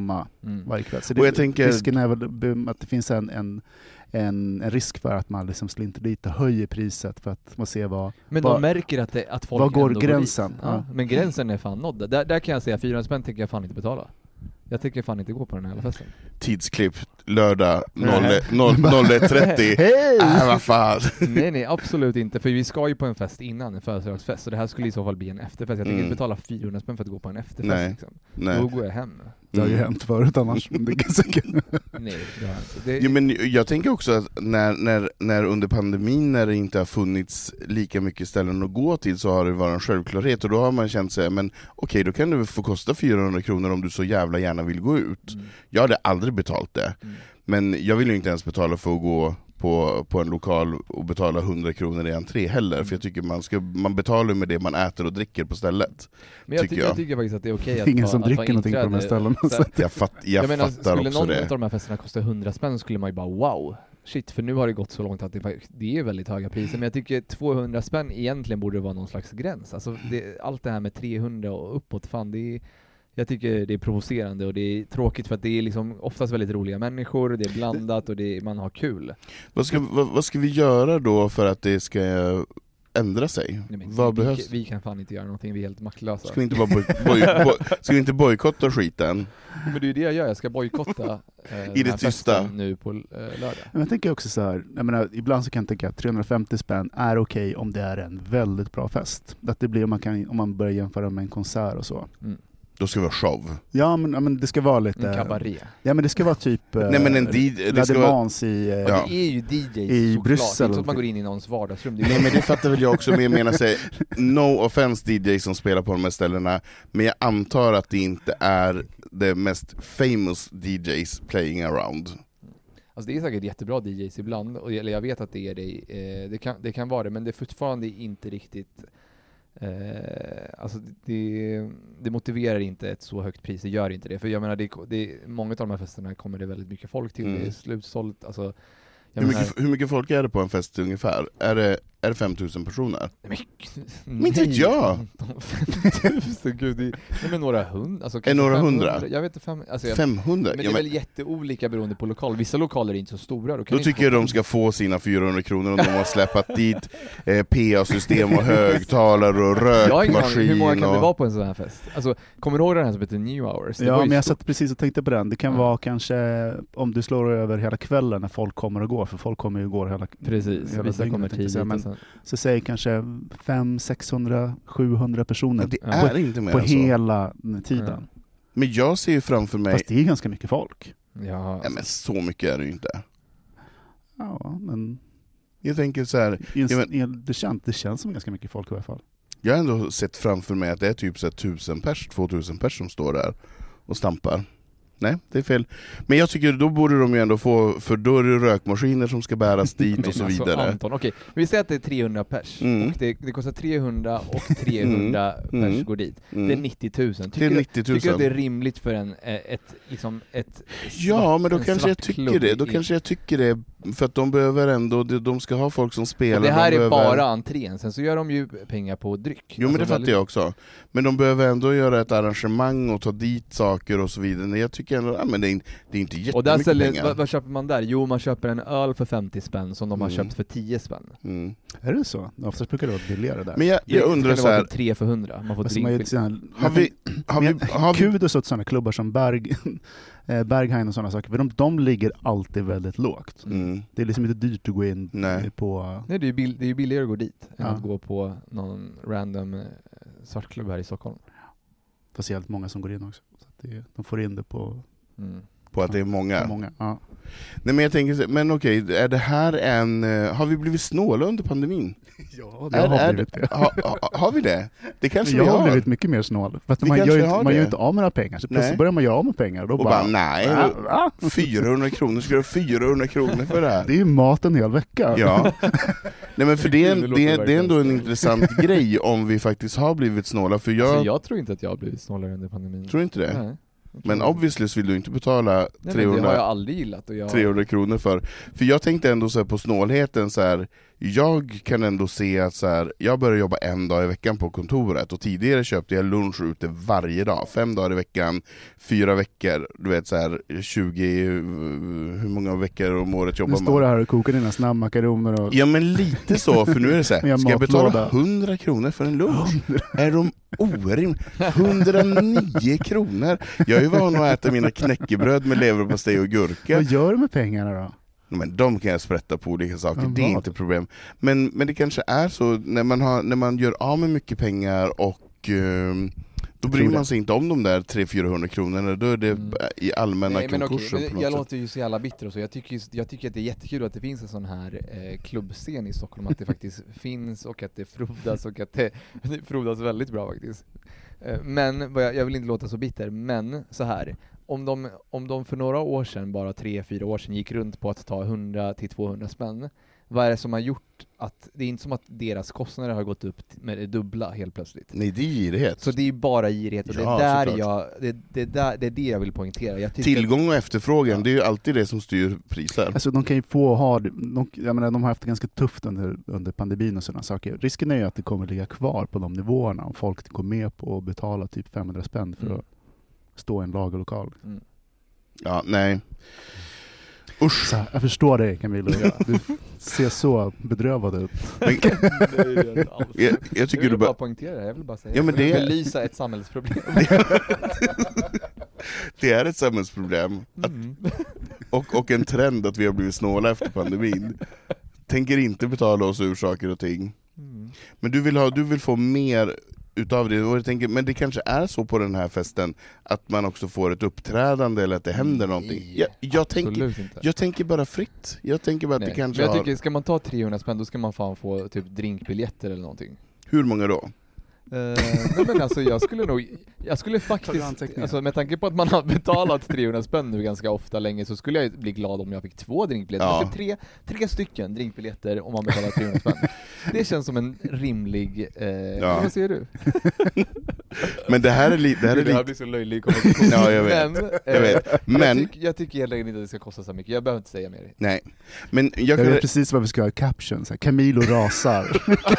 Mm. varje kväll. Så Och jag det, tänker- risken är väl att det finns en, en, en, en risk för att man liksom slinter dit och höjer priset för att man ser vad... Men vad, de märker att, det, att folk var går ändå gränsen? dit. Ja. Ja. Men gränsen är fan nådd. Där, där kan jag säga fyrahundra spänn tänker jag fan inte betala. Jag tänker fan inte gå på den här jävla festen. Tidsklipp, lördag noll ett trettio. Hej! Äh, vad fan. Nej nej, absolut inte. För vi ska ju på en fest innan, en födelsedagsfest. Så det här skulle i så fall bli en efterfest. Jag tänker Mm. inte betala fyrahundra spänn för att gå på en efterfest. Nej. Liksom. Nej. Då går jag hem. Det har ju Mm. hänt förut annars. Men det kan säkert... Nej, det har jag inte. Det, Jo, men jag tänker också att när, när, när under pandemin när det inte har funnits lika mycket ställen att gå till så har det varit en självklarhet och då har man känt sig, men okej, då kan det få kosta fyrahundra kronor om du så jävla gärna vill gå ut. Mm. Jag hade aldrig betalt det, Mm. men jag vill ju inte ens betala för att gå på, på en lokal och betala hundra kronor i entré heller, för jag tycker man, ska, man betalar med det man äter och dricker på stället. Men jag, tycker ty- jag. jag tycker faktiskt att det är okej att Ingen ta, som att ta dricker någonting på de här inträde. ställena. Så Så att- Jag, fatt, jag, jag menar, fattar skulle också någon det. av de här festerna kosta hundra spänn skulle man ju bara wow, shit, för nu har det gått så långt att det, fakt- det är väldigt höga priser. Men jag tycker tvåhundra spänn egentligen borde vara någon slags gräns. Alltså det, allt det här med trehundra och uppåt, fan det är, jag tycker det är provocerande och det är tråkigt för att det är liksom oftast väldigt roliga människor, det är blandat och det är, man har kul. Vad ska, vad, vad ska vi göra då för att det ska ändra sig? Nej, men Vad vi, behövs? vi kan fan inte göra någonting, vi är helt maktlösa. Ska vi inte bara boj, boj, boj, ska vi inte bojkotta skiten? Men det är ju det jag gör, jag ska bojkotta eh, I den det här tysta. festen nu på eh, lördag. Men jag tänker också så här, jag menar, ibland så kan jag tänka att trehundrafemtio spänn är okej om det är en väldigt bra fest. Att det blir om man, kan, om man börjar jämföra med en konsert och så. Mm. Då ska det vara show. Ja men, ja, men det ska vara lite... En kabaré. Ja men det ska vara typ... eh, Nej, men en D J, det ska vara- Lademans i... eh, Ja. Det är ju D Js I såklart, Bryssel inte så att man och- går in i någons vardagsrum. Det är Nej, men det fattar väl jag också, men jag menar sig, no offense D J som spelar på de här ställena, men jag antar att det inte är the mest famous D Js playing around. Alltså det är säkert jättebra D Js ibland, och, eller jag vet att det är det, eh, det, kan, det kan vara det, men det är fortfarande inte riktigt, eh, alltså det, det motiverar inte ett så högt pris, det gör inte det, för jag menar, det, det, många av de här festerna kommer det väldigt mycket folk till, Mm. det är slutsålt, alltså jag Hur menar, mycket, hur mycket folk är det på en fest ungefär? Är det, är det fem tusen personer? men, Men inte vet jag. fem tusen, gud, det, nej men några hundra, alltså kanske några femhundra, hundra? jag vet inte, fem, alltså jag, femhundra? men det Ja, är men, väl jätteolika beroende på lokal, vissa lokaler är inte så stora, då, kan då inte tycker jag få- de ska få sina fyrahundra kronor om de har släppt dit eh, P A-system och högtalare och Jag har ingen aning, rökmaskin. hur många kan och... det vara på en sån här fest? Alltså, kommer du ihåg den här som heter New Hours? Det var Ja ju men jag stort. satt precis och tänkte på den. Det kan Ja. vara kanske om du slår över hela kvällen när folk kommer och går, för folk kommer ju och går hela, Precis, hela vissa dygnet, kommer tänkte jag säga. tidigt. Men och sen, så säg kanske fem, sexhundra, sjuhundra personer Ja, det Ja. är inte mer på än så. hela tiden. Men jag ser ju framför mig, Fast det är ganska mycket folk. ja, nej men så mycket är det ju inte. Ja, men, Jag tänker så här, i en- Ja, men- i en- det, känns, det känns som ganska mycket folk i alla fall. jag har ändå sett framför mig att det är typ så här tusen pers, tvåtusen pers som står där och stampar. Nej, det är fel. Men jag tycker då borde de ju ändå få, för då är det rökmaskiner som ska bäras dit men och så alltså, vidare. Anton, okej, vi säger att det är trehundra pers, Mm. och det, det kostar trehundra och trehundra Mm. pers Mm. går dit. Mm. Det är nittio tusen. Det är Tycker, nittio tycker du att det är tusen. rimligt för en, eh, ett, liksom ett Ja, svart- men då en kanske jag svart tycker klubb det. Då i- kanske jag tycker det, för att de behöver ändå, de de ska ha folk som spelar. och det här de är behöver... bara entrén, sen så gör de ju pengar på dryck. Jo, men det Alltså, fattar jag också. Men de behöver ändå göra ett arrangemang och ta dit saker och så vidare. Men jag tycker ändå, ja, men det är, inte- det är inte Och där jättemycket ställer, pengar. vad, vad köper man där? Jo, man köper en öl för femtio spänn som de har Mm. köpt för tio spänn. Mm. Är det så? Oftast brukar det vara billigare där. Men jag, jag undrar det så vara här, typ tre för hundra. Man får Alltså, man drinkskill. gör ett sånt här- har vi, har vi, Men har vi, kudos åt sådana klubbar som Berg, eh, Berghain och sådana saker, för de, de ligger alltid väldigt lågt. mm. Det är liksom inte dyrt att gå in Nej. på... Nej, det är ju bill, det är ju billigare att gå dit än Ja. att gå på någon random eh, svartklubb här i Stockholm. Fast jävligt många som går in också. Så att det, de får in det på, Mm. på att det är många. på många. Ja. Nej, men jag tänker, så- men okej, är det här en, eh, har vi blivit snåla under pandemin? Ja, Är- har är- blivit det. Ha, ha, har vi det? Det kanske Jag vi har har. blivit mycket mer snål. För att Vi man kanske gör, ju har inte, man gör det. ju inte av med några pengar, så plötsligt Nej. börjar man göra av med pengar. Och då Och bara, bara, nej, "Ah, ah." fyrahundra kronor, ska du ha fyrahundra kronor för det här? Det är ju mat en hel vecka. Ja. Nej, men för det, är, Det en- låter det, är, det är ändå en verkligen. intressant grej om vi faktiskt har blivit snåla, för jag, Så jag tror inte att jag har blivit snålare under pandemin. tror inte det. Nej. Jag tror Men inte. obviously vill du inte betala Nej, men det har trehundra, jag aldrig gillat. Och jag... trehundra kronor för. För jag tänkte ändå så här på snålheten så här. jag kan ändå se att så här, jag börjar jobba en dag i veckan på kontoret och tidigare köpte jag lunch ute varje dag, fem dagar i veckan, fyra veckor, du vet så här tjugo, hur många veckor om året jobbar man? Nu står det här och kokar dina snabbmakaroner och... Ja men lite så, för nu är det så här, ska jag betala hundra kronor för en lunch? Är de orimliga? hundranio kronor? Jag är ju van att äta mina knäckebröd med leverpastej och gurka. Vad gör du med pengarna då? Men de kan jag sprätta på olika saker, Men det är vad? inte problem. Men, men det kanske är så, när man, har, när man gör av med mycket pengar och eh, då bryr man sig inte om de där tre till fyrahundra kronorna, då är det Mm. i allmänna Nej, men konkurser okej, på men något jag sätt. låter ju så jävla bitter och så. Jag tycker, jag tycker att det är jättekul att det finns en sån här eh, klubbscen i Stockholm, att det faktiskt finns och att det frodas och att det, det frodas väldigt bra faktiskt. Eh, men, vad jag, jag vill inte låta så bitter, men så här. Om de, om de för några år sedan, bara tre, fyra år sedan, gick runt på att ta hundra till tvåhundra spänn, vad är det som har gjort att, det är inte som att deras kostnader har gått upp med det dubbla helt plötsligt. Nej, det är girighet. Så det är ju bara girighet och Ja, det, är där såklart. jag, det, det, där, det är det jag vill poängtera. Jag tycker Tillgång och efterfrågan, Ja. det är ju alltid det som styr priser. Alltså de kan ju få ha, de, jag menar, de har haft det ganska tufft under, under pandemin och sådana saker. Risken är ju att det kommer ligga kvar på de nivåerna om folk går med på att betala typ femhundra spänn för Mm. att stå i en lagerlokal. Mm. Ja, nej. Usch. Så, jag förstår dig, Camilo. Du ser så bedrövad ut. Men, jag, jag Jag tycker vill du bara bara... poängtera det, jag vill bara säga Ja, men jag vill det- belysa ett samhällsproblem. Det är ett samhällsproblem att, Mm. och, och en trend att vi har blivit snåla efter pandemin. Tänker inte betala oss ur saker och ting. Mm. Men du vill, ha, du vill få mer utav det, och jag tänker, men det kanske är så på den här festen att man också får ett uppträdande eller att det händer någonting. Jag, jag, tänker, Absolut inte. jag tänker bara fritt. Jag tänker bara att Nej. det kanske Men jag har... tycker, ska man ta trehundra spänn, då ska man fan få typ drinkbiljetter eller någonting. Hur många då? Uh, nej men alltså jag skulle nog, jag skulle Tar du faktiskt, anteckningar? alltså med tanke på att man har betalat trehundra spänn nu ganska ofta länge, så skulle jag bli glad om jag fick två drinkbiljetter. Ja. Ja. Tre, tre stycken drinkbiljetter om man betalar trehundra spänn. Det känns som en rimlig, eh, Ja. vad säger du? Men det här är, li, det här är Det här lite... blir så löjlig kommunikation. Ja, jag vet. Men, Jag vet. eh, Men- jag, tyck, jag tycker egentligen inte att det ska kosta så mycket, jag behöver inte säga mer. Nej. Men jag Jag kan... vet precis vad vi ska ha i caption. Så här, Camilo rasar.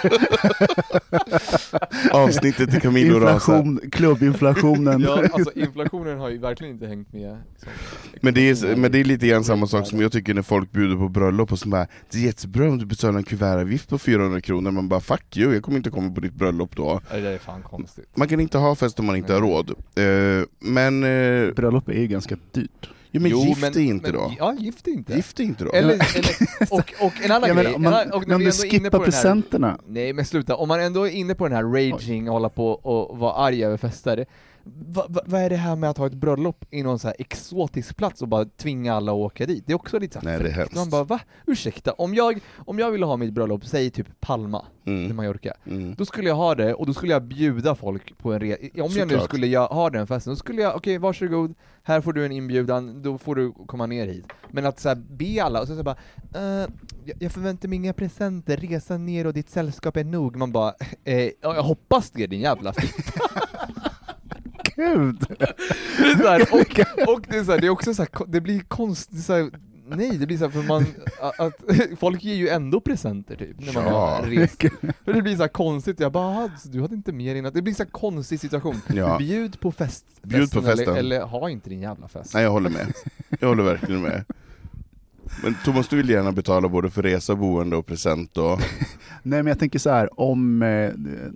Avsnittet till Camilo rasar. Inflation, klubbinflationen. Ja, alltså inflationen har ju verkligen inte hängt med. Liksom. Men det, är, men det är lite grann samma sak som jag tycker när folk bjuder på bröllop och som bara, det är jättebra om du betalar en kuvertavgift på fyrahundra kronor. Man bara, fuck you, jag kommer inte komma på ditt bröllop då. Det där är fan konstigt. Man kan inte ha fest om man inte har råd. Uh, men, uh, Bröllop är ju ganska dyrt. jo, men Jo, gift men- är inte men, då. Ja, gift är inte. Gift är inte då. Eller, eller, och, och en annan Ja, grej, men om, man, en annan- och när men om vi du ändå är inne skippar på den här- presenterna. Nej men sluta, om man ändå är inne på den här raging och hålla på och vara arg över fester, vad va, vad är det här med att ha ett bröllop i någon så här exotisk plats och bara tvinga alla att åka dit? Det är också lite så här Nej, det är fräckt. hemskt. Man bara, va? Ursäkta, om jag, om jag ville ha mitt bröllop, säg typ Palma, i Mm. Mallorca, Mm. då skulle jag ha det, och då skulle jag bjuda folk på en resa. Om jag nu Såklart. skulle jag ha den festen, då skulle jag, okej, varsågod, här får du en inbjudan, då får du komma ner hit. Men att så här, be alla, och så, så bara, eh, jag, jag förväntar mig inga presenter, resan ner och ditt sällskap är nog. Man bara, eh, ja, jag hoppas det, din jävla fitta. Gud! Det är så här, och, och det är så här, det är också så här, det blir konstigt, så här, nej, det blir så här, för man, att, att folk ger ju ändå presenter typ, när man Ja. har rest. För det blir så här konstigt, jag bara, "Ah, du hade inte mer innan." Det blir så här konstig situation. Ja. Bjud på fest. Bjud på festen. Eller, eller ha inte din jävla fest. Nej, jag håller med. Jag håller verkligen med. Men Thomas, du vill gärna betala både för resa, boende och present och... Nej, men jag tänker så här, om eh,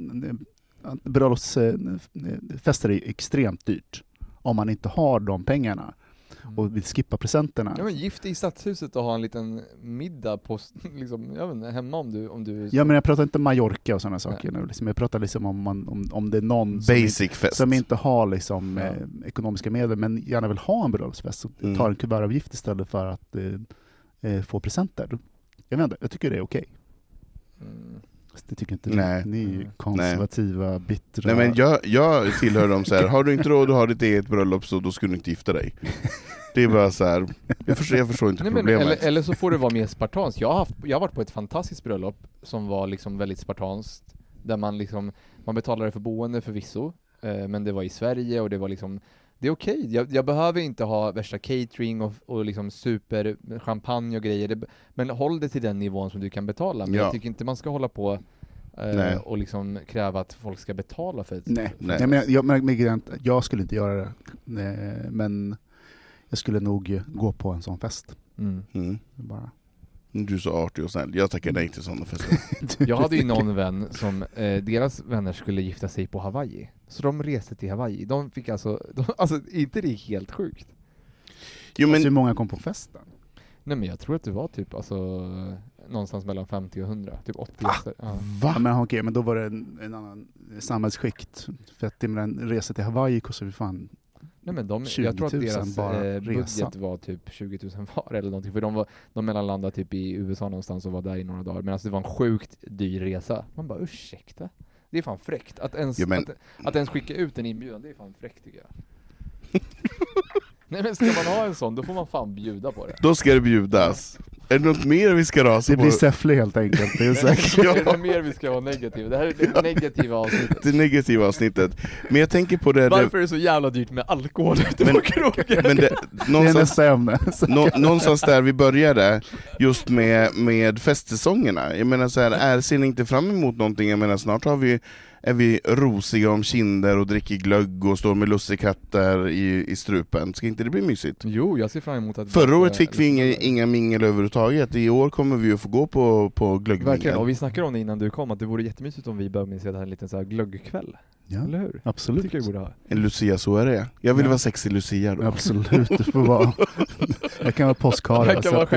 bröllopsfester är extremt dyrt. Om man inte har de pengarna och vill skippa presenterna. Ja, men gift i stadshuset och ha en liten middag på, liksom, jag vet inte, hemma om du, om du... Ja, men jag pratar inte Mallorca och sådana saker nu. Liksom, jag pratar liksom om, man, om, om det är någon som, Basic fest. som inte har liksom, Ja. eh, ekonomiska medel men gärna vill ha en bröllopsfest, så Mm. tar en kuvertavgift istället för att eh, eh, få presenter. Jag vet inte, jag tycker det är okej. Mm. Det tycker inte Nej. ni. Ni är ju konservativa, bittra. Nej, men jag, jag tillhör dem så här. Har du inte råd att ha ditt eget bröllop, så då skulle du inte gifta dig. Det är bara så här. Jag förstår, jag förstår inte Nej, men, problemet. eller, eller så får det vara mer spartanskt. Jag har, haft, jag har varit på ett fantastiskt bröllop som var liksom väldigt spartanskt, där man liksom, man betalade för boende förvisso, eh, men det var i Sverige och det var liksom, Det är okej. Okay. Jag, jag behöver inte ha värsta catering och, och liksom super champagne och grejer. Det, men håll det till den nivån som du kan betala. Men ja. jag tycker inte man ska hålla på eh, och liksom kräva att folk ska betala för det. Nej, Nej. Nej men jag, jag, jag, jag skulle inte göra det. Nej, men jag skulle nog gå på en sån fest. Mm. Mm. Bara. Du är så artig och snäll. Jag tackar nej till sådana fester. Jag hade ju någon vän som, eh, deras vänner skulle gifta sig på Hawaii. Så de reste till Hawaii. De fick alltså, de, alltså inte det är helt sjukt. Jo, men alltså, hur många kom på festen? Nej men jag tror att det var typ alltså någonstans mellan femtio och hundra, typ åttio. Ah, ja. Va? Ja, men okej, okay, men då var det en, en annan samhällsskikt. För att det med en resa till Hawaii kostar vi fan. Nej men de, jag tror att deras bara eh, budget resa. var typ tjugo tusen var eller någonting. För de, var, de mellanlandade typ i U S A någonstans och var där i några dagar. Men alltså det var en sjukt dyr resa. Man bara, ursäkta? Det är fan fräckt. Att ens, ja, men... att, att ens skicka ut en inbjudan, det är fan fräckt tycker jag. Nej men ska man ha en sån, då får man fan bjuda på det. Då ska det bjudas. Är det något mer vi ska rasa det på? Det blir Säffle helt enkelt. Det är säkert. Ja. Är det något mer vi ska vara negativa? Det här är det negativa avsnittet. Det negativa avsnittet. Men jag tänker på det... Varför är det så jävla dyrt med alkohol ute på krogen? Men det, någonstans, det är ämne. nå, någonstans där vi började, just med, med festsäsongerna. Jag menar så här, är, ser ni inte fram emot någonting? Jag menar snart har vi... är vi rosiga om kinder och dricker glögg och står med lussekatter i, i strupen. Ska inte det bli mysigt? Jo, jag ser fram emot att... Förra året fick vi inga, inga mingel överhuvudtaget. I år kommer vi att få gå på, på glöggmingel. Verkligen, och vi snackade om det innan du kom, att det vore jättemysigt om vi började med en liten så här glöggkväll. Ja, eller hur? Absolut. Tycker jag borde ha. En Lucia soirée. Jag vill ja. vara sexig Lucia då. Absolut, det får vara. Jag kan vara påskarl. Jag kan vara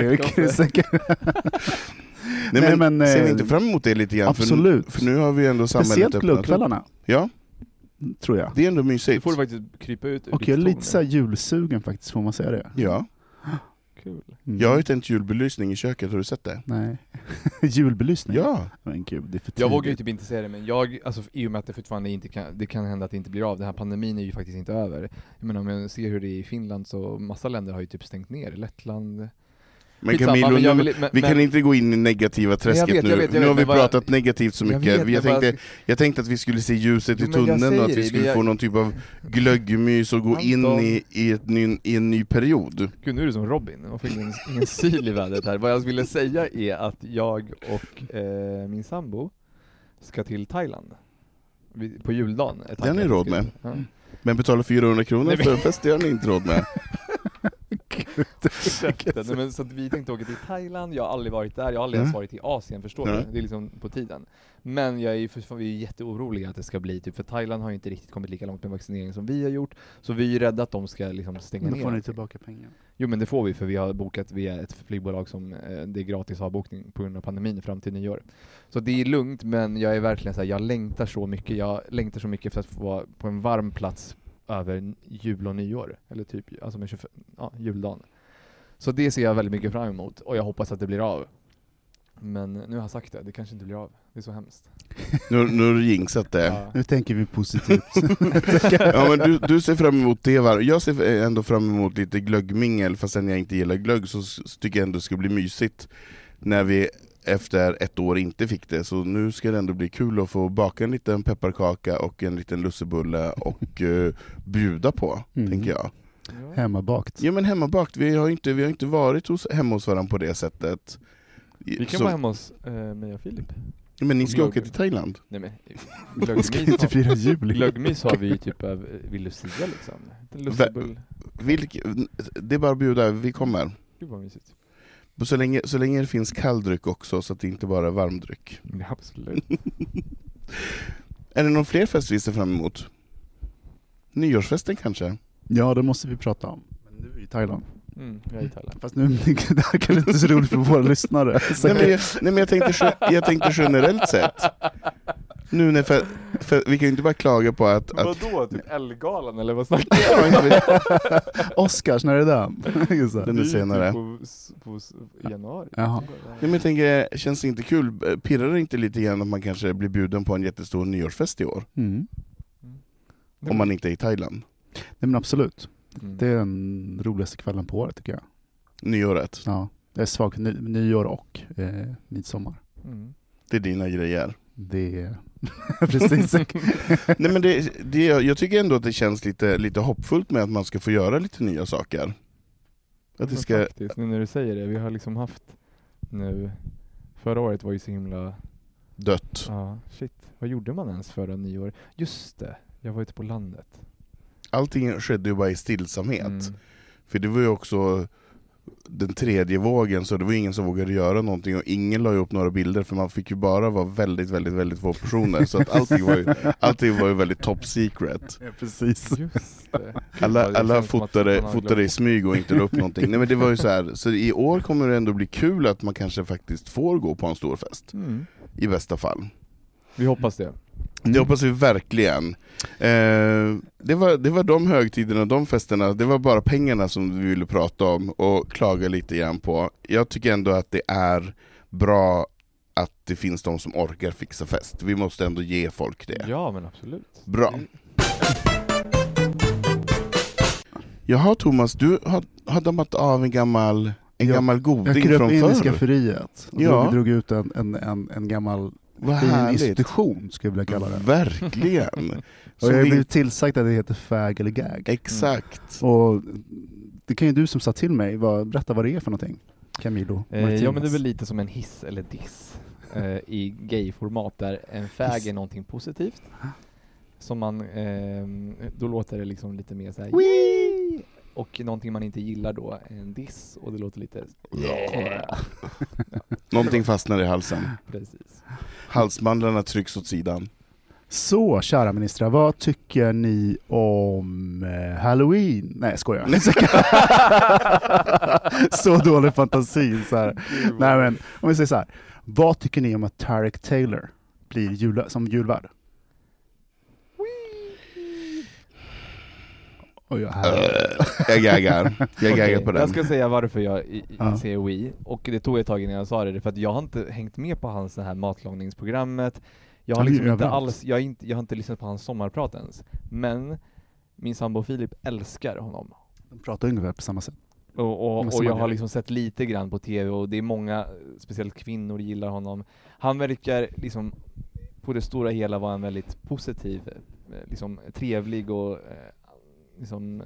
Nej, Nej, men, men ser vi inte fram emot det lite grann? Absolut. För, för nu har vi ändå samhället öppnat. Speciellt glöggkvällarna. Ja. Tror jag. Det är ändå mysigt. Du får faktiskt krypa ut ur och jag är lite så här julsugen faktiskt, får man säga det? Ja. Kul. Mm. Jag har ju tänt julbelysning i köket, har du sett det? Nej. Julbelysning? Ja. Men gud, det är för jag vågar ju typ inte säga det, men jag, alltså i och med att det fortfarande inte kan, det kan hända att det inte blir av. Den här pandemin är ju faktiskt inte över. Jag menar, om jag ser hur det är i Finland, så massa länder har ju typ stängt ner. Lettland... Men Camilo, men jag vill, men, vi kan men, inte gå in i negativa träsket jag vet, nu. jag vet, jag nu har vet, vi pratat jag, negativt så mycket. Jag, vet, jag, tänkte, jag, bara, jag tänkte att vi skulle se ljuset jo, i tunneln och att vi skulle det, få jag, någon typ av glöggmys och gå Anton, in i, i, ett ny, i en ny period. Gud, nu är du som Robin. Man får ingen, ingen syl i vädret här. Vad jag ville säga är att jag och eh, min sambo ska till Thailand på juldagen. Det har ni råd med. Ja. Men betala fyrahundra kronor Nej, för fest, det har ni inte råd med. Nej, men så att vi tänkte åka till Thailand. Jag har aldrig varit där. Jag har aldrig ens varit i Asien, förstår du? Det är liksom på tiden. Men jag är, för, vi är jätteoroliga att det ska bli typ, för Thailand har ju inte riktigt kommit lika långt med vaccinering som vi har gjort. Så vi är rädda att de ska liksom stänga ner. Men då får ni tillbaka pengar. Jo, men det får vi, för vi har bokat via ett flygbolag som eh, det är gratis avbokning på grund av pandemin fram till nyår. Så det är lugnt, men jag är verkligen så här, jag längtar så mycket. Jag längtar så mycket för att få vara på en varm plats över jul och nyår, eller typ alltså med tjugofem, ja, juldagen. Så det ser jag väldigt mycket fram emot, och jag hoppas att det blir av. Men nu har jag sagt det, det kanske inte blir av. Det är så hemskt. Nu, nu har du jinxat det. Ja. Nu tänker vi positivt. Ja, men du, du ser fram emot det var. Jag ser ändå fram emot lite glöggmingel, fastän jag inte gillar glögg, så, så tycker jag ändå det ska bli mysigt när vi efter ett år inte fick det. Så nu ska det ändå bli kul att få baka en liten pepparkaka och en liten lussebulle och uh, bjuda på, mm. tänker jag. Ja. Hemmabakt. Ja, men hemmabakt. Vi har inte, vi har inte varit hos, hemma hos varandra på det sättet. Vi kan så, vara hemma hos uh, mig och Filip. Ja, men ni ska åka till Thailand. Nej, men glöggmys, fira jul. Glöggmys har vi typ av vid Lucia liksom. Lussebull. Vilk, det är bara att bjuda, vi kommer. Det var mysigt. Så länge, så länge det finns kalldryck också, så att det inte bara är varmdryck. Ja, absolut. Är det någon fler fest vi ser fram emot? Nyårsfesten kanske? Ja, det måste vi prata om. Men nu är vi i Thailand. Mm, jag är i Thailand. Fast nu det här kanske inte är så roligt för våra lyssnare. Nej, men jag, nej, men jag tänkte, jag tänkte generellt sett. Nu när för, för, vi kan ju inte bara klaga på att... Men att vadå? Typ Ellegalan eller vad snackar du? Oscars, när är det där? Just det. Den är senare. På, på, på januari. Jaha. Ja, men jag tänker, känns det inte kul? Pirrar det inte lite grann att man kanske blir bjuden på en jättestor nyårsfest i år? Mm. Mm. Om man inte är i Thailand. Nej, men absolut. Mm. Det är den roligaste kvällen på året, tycker jag. Nyåret? Ja, det är svagt ny, nyår och eh, midsommar. Mm. Det är dina grejer. Det, Precis. Nej, men det, det, jag tycker ändå att det känns lite, lite hoppfullt med att man ska få göra lite nya saker. Att det ska... Faktiskt, nu när du säger det, vi har liksom haft nu, förra året var ju så himla dött. Ja, shit. Vad gjorde man ens förra nyår? Just det, jag var ute på landet. Allting skedde ju bara i stillsamhet. Mm. För det var ju också den tredje vågen, så det var ingen som vågade göra någonting och ingen la ju upp några bilder, för man fick ju bara vara väldigt, väldigt, väldigt få personer, så att allting var ju, allting var ju väldigt top secret. Ja, precis. Just det. Alla, Ja, det alla känns som att fotade, man har fotade i glömt. smyg och inte la upp någonting. Nej, men det var ju så här, så i år kommer det ändå bli kul att man kanske faktiskt får gå på en stor fest. Mm. I bästa fall. Vi hoppas det. Det hoppas vi verkligen. Eh, det, var, det var de högtiderna, de festerna, det var bara pengarna som vi ville prata om och klaga lite grann på. Jag tycker ändå att det är bra att det finns de som orkar fixa fest. Vi måste ändå ge folk det. Ja, men absolut. Bra. Jaha Thomas, du har, har dammat av en gammal, en Ja, gammal Jag goding kröp från in i förr. skafferiet och Ja. drog, drog ut en, en, en, en gammal Vad fin härligt. institution, skulle jag vilja kalla det. Verkligen. Och Som jag har vi- blivit tillsagt att det heter fag eller gag. Exakt. Och det kan ju du som sa till mig, vad, berätta vad det är för någonting, Camilo Eh, Martinez. ja, men det är väl lite som en hiss eller diss eh, i gay-format, där en fag Hiss. är någonting positivt. Som man, eh, då låter det liksom lite mer såhär Wee! och någonting man inte gillar då är en diss, och det låter lite Ja. Någonting fastnar i halsen. precis. Halsmandlarna trycks åt sidan. Så, kära ministrar, vad tycker ni om eh, Halloween? Nej, jag skojar. Så dålig fantasi. Så här. Nej, men om vi säger så här. Vad tycker ni om att Tarek Taylor blir jula, som julvärd? Oj, jag här. Uh, jag gaggar. Jag gaggar Okej, på den. jag ska säga varför jag i, i, Ja. säger we, och det tog ett tag innan jag sa det, för att jag har inte hängt med på hans det här matlagningsprogrammet. Jag har Han är ju liksom inte överallt. alls, jag, är inte, jag har inte lyssnat på hans sommarprat ens. Men min sambo Filip älskar honom. De pratar ungefär på samma sätt. Och, och, Måste och man jag har göra. liksom sett lite grann på tv, och det är många, speciellt kvinnor, gillar honom. Han verkar liksom på det stora hela vara en väldigt positiv, eh, liksom trevlig och eh, liksom eh,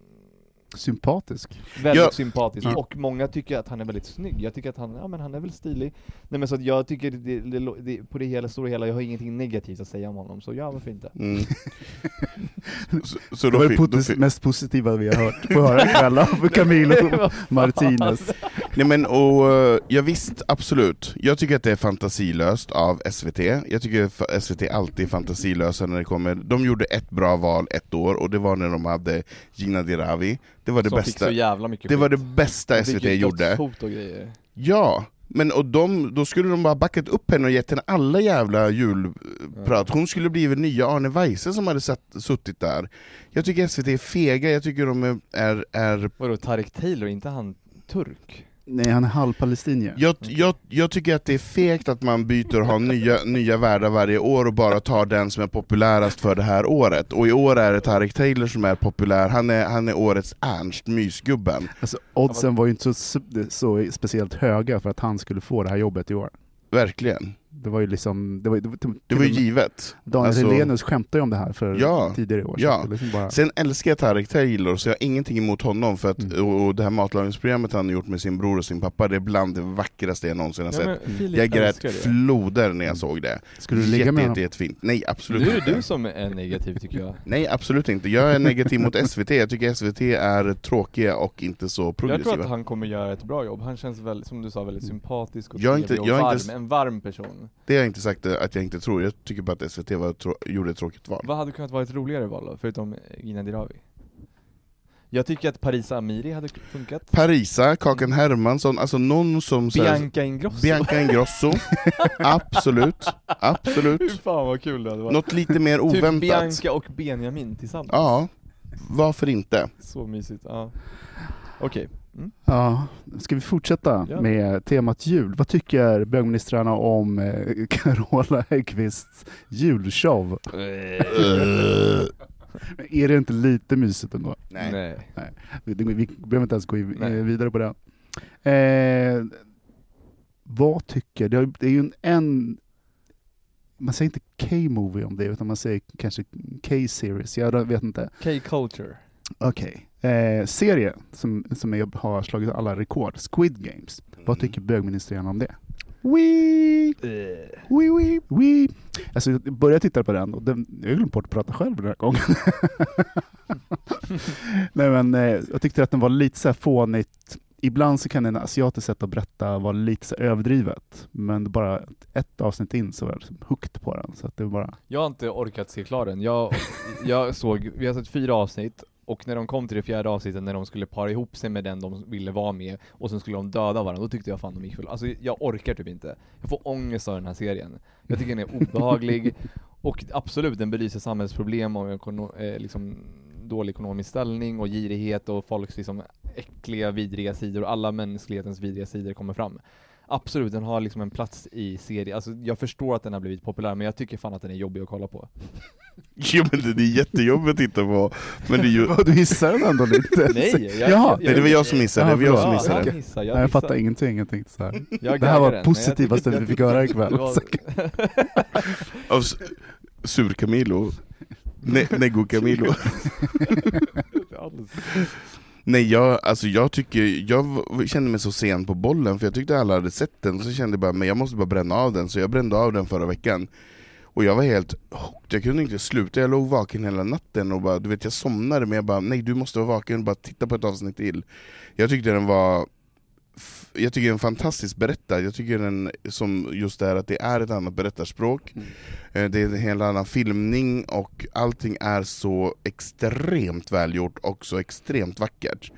Sympatisk. väldigt Ja. sympatisk, Ja. och många tycker att han är väldigt snygg. Jag tycker att han, ja, men han är väl stilig. Nej, men så att jag tycker det, det, det, på det hela stora hela, jag har ingenting negativt att säga om honom, så ja, varför inte? Mm. så, så Det då, var det fi- då potis- fi- mest positiva vi har hört på höra ikväll av Camilo Martinez. Nej, men och eh, ja, visst, absolut. Jag tycker att det är fantasilöst av S V T. Jag tycker att S V T alltid är fantasilösa när det kommer. De gjorde ett bra val ett år, och det var när de hade Gina Dirawi. Det var det Som fick bästa. så jävla mycket Det var skit. det bästa De S V fick T ju gjorde. dödshot och grejer. Ja, men och de, då skulle de bara backat upp henne och gett henne alla jävla julprat. Hon skulle blivit nya Arne Weise som hade satt, suttit där. Jag tycker S V T är fega, jag tycker de är... är, är Vadå, Tarek Taylor, inte han turk? Nej, han är halvpalestinier. jag, jag, jag tycker att det är fegt att man byter och har nya, nya värdar varje år och bara tar den som är populärast för det här året. Och i år är det Tarek Taylor som är populär. Han är, han är årets Ernst, mysgubben. Alltså, oddsen var ju inte så, så speciellt höga för att han skulle få det här jobbet i år. Verkligen. Det var ju liksom... Det var, det var, Det var ju givet. Daniel Alltså- Hellenius skämtade ju om det här för Ja, tidigare år. ja. Så det liksom bara, Sen älskar jag Tarek Taylor, så jag har ingenting emot honom, för att Mm. och, och det här matlagningsprogrammet han har gjort med sin bror och sin pappa, det är bland det vackraste jag någonsin har Ja, sett. men Filip Jag grät älskar det. floder när jag såg det. skulle du ligga med Jätte, honom? jättefint. Nej, absolut Nu är inte. det du som är negativ, tycker jag. Nej, absolut inte. Jag är negativ mot S V T. Jag tycker S V T är tråkiga och inte så Jag progressiva. tror att han kommer göra ett bra jobb. Han känns väl, som du sa, väldigt sympatisk och Jag är trevlig inte- och jag är varm. inte- En varm person. Det har jag inte sagt att jag inte tror. Jag tycker bara att S V T var trå- gjorde ett tråkigt val. Vad hade kunnat vara ett roligare val då, förutom Gina Dirawi? Jag tycker att Parisa Amiri hade funkat. Parisa, Kakan Hermansson, alltså någon som... så här- Bianca Ingrosso. Bianca Ingrosso. Absolut. Hur Absolut. fan vad kul det hade varit. Något lite mer oväntat. Typ Bianca och Benjamin tillsammans. Ja, varför inte? Så mysigt, ja. Okej. Mm. Ja, ska vi fortsätta Ja. med temat jul? Vad tycker bögministrarna om eh, Carola Häggkvists julshow? Uh, Är det inte lite mysigt ändå? nej. Nej. Vi, vi behöver inte ens gå i- Nej. eh, vidare på det. Eh, vad tycker... Det är det är ju en, en man säger inte K-movie om det, utan man säger kanske K-series. Jag vet inte. K-culture. Okej. Okay. Eh, serie som, som är, har slagit alla rekord. Squid Games. Mm. Vad tycker bögministern om det? Wee! Uh. Wee, wee, wee. Alltså, jag började titta på den och den, jag glömde bort att prata själv den här gången. Nej, men eh, jag tyckte att den var lite så här fånigt. Ibland så kan en asiatisk sätt att berätta vara lite så överdrivet, men bara ett avsnitt in så var jag hooked på den, så att det var bara... Jag har inte orkat se klar den. Jag, jag såg, vi har sett fyra avsnitt, och när de kom till det fjärde avsnittet, när de skulle para ihop sig med den de ville vara med, och sen skulle de döda varandra, då tyckte jag fan de gick full. Alltså jag orkar typ inte. Jag får ångest av den här serien. Jag tycker den är obehaglig, och absolut den belyser samhällsproblem och ekono- eh, liksom dålig ekonomisk ställning och girighet och folks liksom äckliga, vidriga sidor, och alla mänsklighetens vidriga sidor kommer fram. Absolut, den har liksom en plats i serien. Alltså jag förstår att den har blivit populär, men jag tycker fan att den är jobbig att kolla på. Jo, men det är jättejobbigt att titta på. Men det är ju... Du hissar den ändå lite. Nej, jag, Jaha. jag, Nej, det var jag som missade. Det var jag som missade. Jag, missade, jag, Nej, jag fattar ingenting. Jag tänkte så här. Jag det här var den, positivaste vi fick höra ikväll. Var... Av Sur Camilo. Ne- Nego Camilo. Nej, jag, alltså jag tycker, jag kände mig så sen på bollen, för jag tyckte alla hade sett den, och så kände jag bara, men jag måste bara bränna av den, så jag brände av den förra veckan. Och jag var helt hooked, jag kunde inte sluta, jag låg vaken hela natten och bara, du vet, jag somnade, men jag bara, nej, du måste vara vaken, bara titta på ett avsnitt till. Jag tyckte den var, jag tycker den är fantastiskt berättad. Jag tycker den, som just det här att det är ett annat berättarspråk. Mm. Det är en helt annan filmning, och allting är så extremt välgjort och så extremt vackert.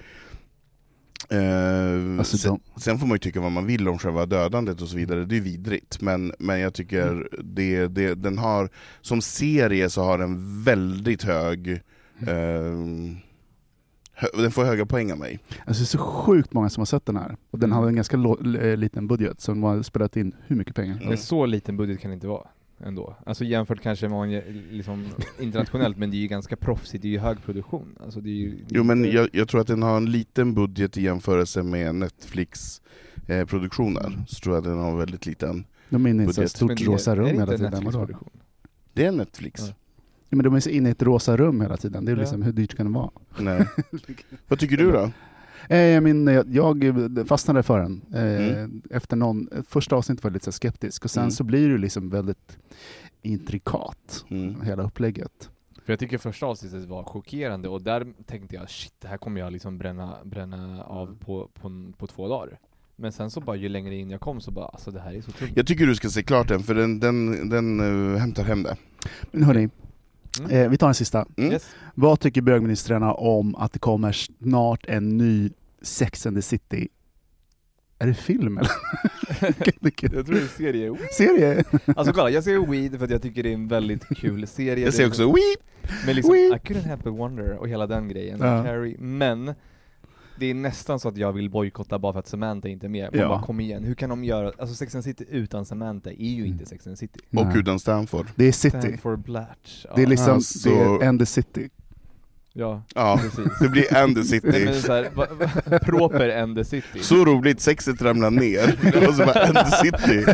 Uh, alltså, sen, sen får man ju tycka vad man vill om själva dödandet och så vidare. Det är vidrigt, men, men jag tycker mm. det, det, den har, som serie så har den väldigt hög mm. uh, den får höga poäng av mig. Alltså det är så sjukt många som har sett den här. Och den har en ganska lo- liten budget, så de har spelat in hur mycket pengar. Men så liten budget kan det inte vara ändå. Alltså jämfört kanske med liksom internationellt, men det är ju ganska proffsigt, det är ju hög produktion. Alltså det är ju, det är jo, men jag, jag tror att den har en liten budget i jämförelse med Netflix eh, produktioner. Mm. Så tror jag att den har väldigt liten de är inne i ett budget. stort rosa rum hela tiden. Det är Netflix. Ja. Ja, men de är så inne i ett rosa rum hela tiden. Det är liksom, ja. Hur dyrt kan det vara? Nej. Vad tycker du då? Eh, min, jag, jag fastnade för den. Eh, mm. Efter någon, första avsnittet var jag lite så skeptisk. Och sen mm. så blir det liksom väldigt intrikat, mm. hela upplägget. För jag tycker första avsnittet var chockerande, och där tänkte jag, shit, det här kommer jag liksom bränna, bränna av på, på, på två dagar. Men sen så bara, ju längre in jag kom så bara, alltså det här är så tungt. Jag tycker du ska se klart den, för den, den, den uh, hämtar hem det. Men hörni, mm. eh, vi tar en sista. Mm. Yes. Vad tycker bögministrarna om att det kommer snart en ny Sex and the City? Är det film eller? Jag tror det är serie. Serie? Alltså kolla, jag ser Weed för att jag tycker det är en väldigt kul serie. Jag ser också Weed. Men liksom, I couldn't help but wonder och hela den grejen. Ja. Carrie. Men det är nästan så att jag vill bojkotta bara för att Samantha inte är med. Ja. Bara, kom igen, hur kan de göra? Alltså Sex and the City utan Samantha är ju inte Sex and the City. Och Nej. Utan Stanford. Det är City. Stanford Blatch. Ja. Det är liksom, alltså... det är and the City. Ja, ja, precis. Det blir and the City. Nej, men så här, va, va, proper and the City. Så roligt, sexet ramlar ner. Och så bara and the City.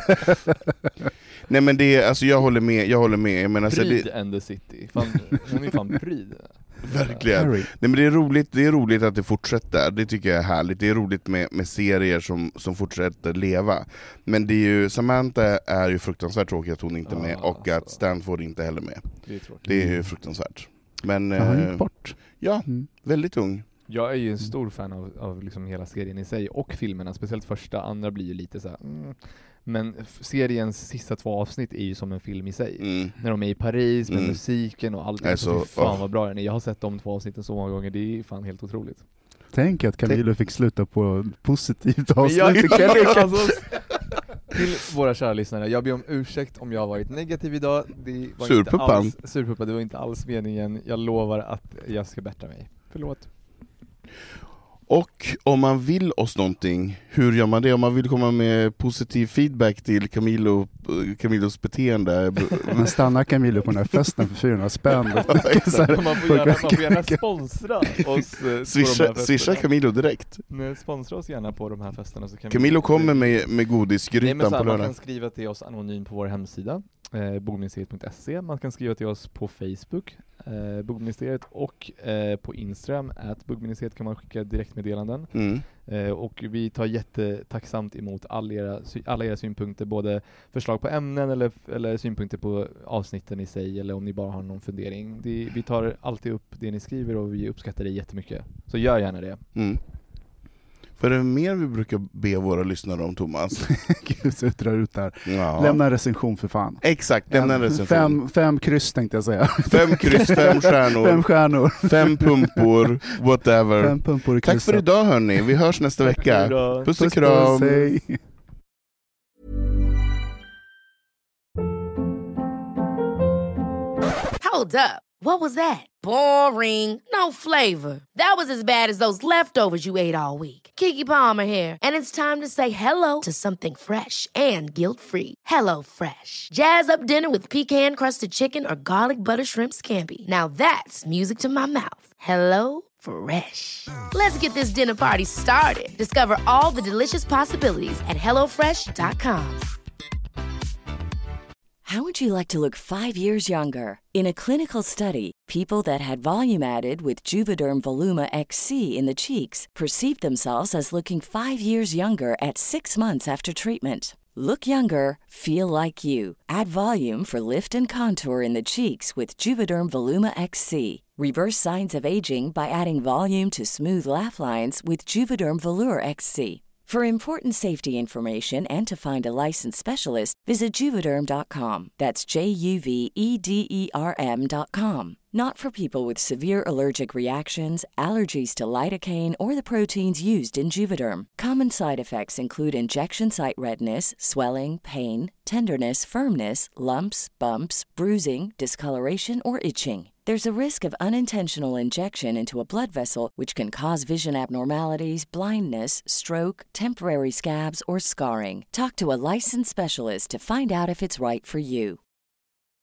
Nej, men det är, alltså jag håller med, jag håller med. Jag menar, pryd så det... and the City. Fan, hon är fan pryd. Verkligen. Nej, men det är roligt, det är roligt att det fortsätter. Det tycker jag är härligt. Det är roligt med, med serier som, som fortsätter leva. Men det är ju, Samantha är ju fruktansvärt tråkigt att hon inte är med, ah, och att Stanford inte heller med. Det är tråkigt. Det är ju fruktansvärt. Men eh, bort. Ja, mm. väldigt ung. Jag är ju en stor fan av, av liksom hela serien i sig och filmerna, speciellt första, andra blir ju lite så här, mm. Men f- seriens sista två avsnitt är ju som en film i sig. Mm. När de är i Paris med mm. musiken och allt. Alltså, fan oh. vad bra den är. Jag har sett de två avsnitten så många gånger, det är fan helt otroligt. Tänk att Camilo fick sluta på positivt avsnitt. Jag, alltså, till våra kära lyssnare, jag ber om ursäkt om jag har varit negativ idag. Det var Surpuppan. Inte alls, surpuppa, det var inte alls meningen. Jag lovar att jag ska bättra mig. Förlåt. Och om man vill oss någonting, hur gör man det? Om man vill komma med positiv feedback till Camilo, Camilos beteende. Man stannar Camilo på den här festen för fyrahundra spänn. Ja, man får gärna, man får gärna sponsra oss. Swisha, swisha Camilo direkt. Nej, sponsra oss gärna på de här festerna. Så kan Camilo kommer med, med godisgrytan Nej, men så här, på lördag. Man kan skriva till oss anonymt på vår hemsida. eh, bogministeriet punkt se. Man kan skriva till oss på Facebook, eh, bogministeriet, och eh, på Instagram, at bogministeriet, kan man skicka direktmeddelanden. Mm. Eh, och vi tar jättetacksamt emot all era, alla era synpunkter, både förslag på ämnen eller, eller synpunkter på avsnitten i sig, eller om ni bara har någon fundering. Det, vi tar alltid upp det ni skriver och vi uppskattar det jättemycket. Så gör gärna det. Mm. För det är mer vi brukar be våra lyssnare om, Thomas. Gud, så drar ut där. Ja. Lämna en recension för fan. Exakt, lämna en recension. Fem, fem kryss tänkte jag säga. Fem kryss, fem stjärnor. Fem stjärnor. Fem pumpor, whatever. Fem pumpor i Tack för idag hörni, vi hörs nästa vecka. Puss och kram. Puss, hej. Hold up. What was that? Boring. No flavor. That was as bad as those leftovers you ate all week. Keke Palmer here, and it's time to say hello to something fresh and guilt-free. Hello Fresh. Jazz up dinner with pecan-crusted chicken or garlic butter shrimp scampi. Now that's music to my mouth. Hello Fresh. Let's get this dinner party started. Discover all the delicious possibilities at hello fresh dot com. How would you like to look five years younger? In a clinical study, people that had volume added with Juvederm Voluma X C in the cheeks perceived themselves as looking five years younger at six months after treatment. Look younger, feel like you. Add volume for lift and contour in the cheeks with Juvederm Voluma X C. Reverse signs of aging by adding volume to smooth laugh lines with Juvederm Volure X C. For important safety information and to find a licensed specialist, visit Juvederm dot com. That's J U V E D E R M dot com. Not for people with severe allergic reactions, allergies to lidocaine, or the proteins used in Juvederm. Common side effects include injection site redness, swelling, pain, tenderness, firmness, lumps, bumps, bruising, discoloration, or itching. There's a risk of unintentional injection into a blood vessel, which can cause vision abnormalities, blindness, stroke, temporary scabs, or scarring. Talk to a licensed specialist to find out if it's right for you.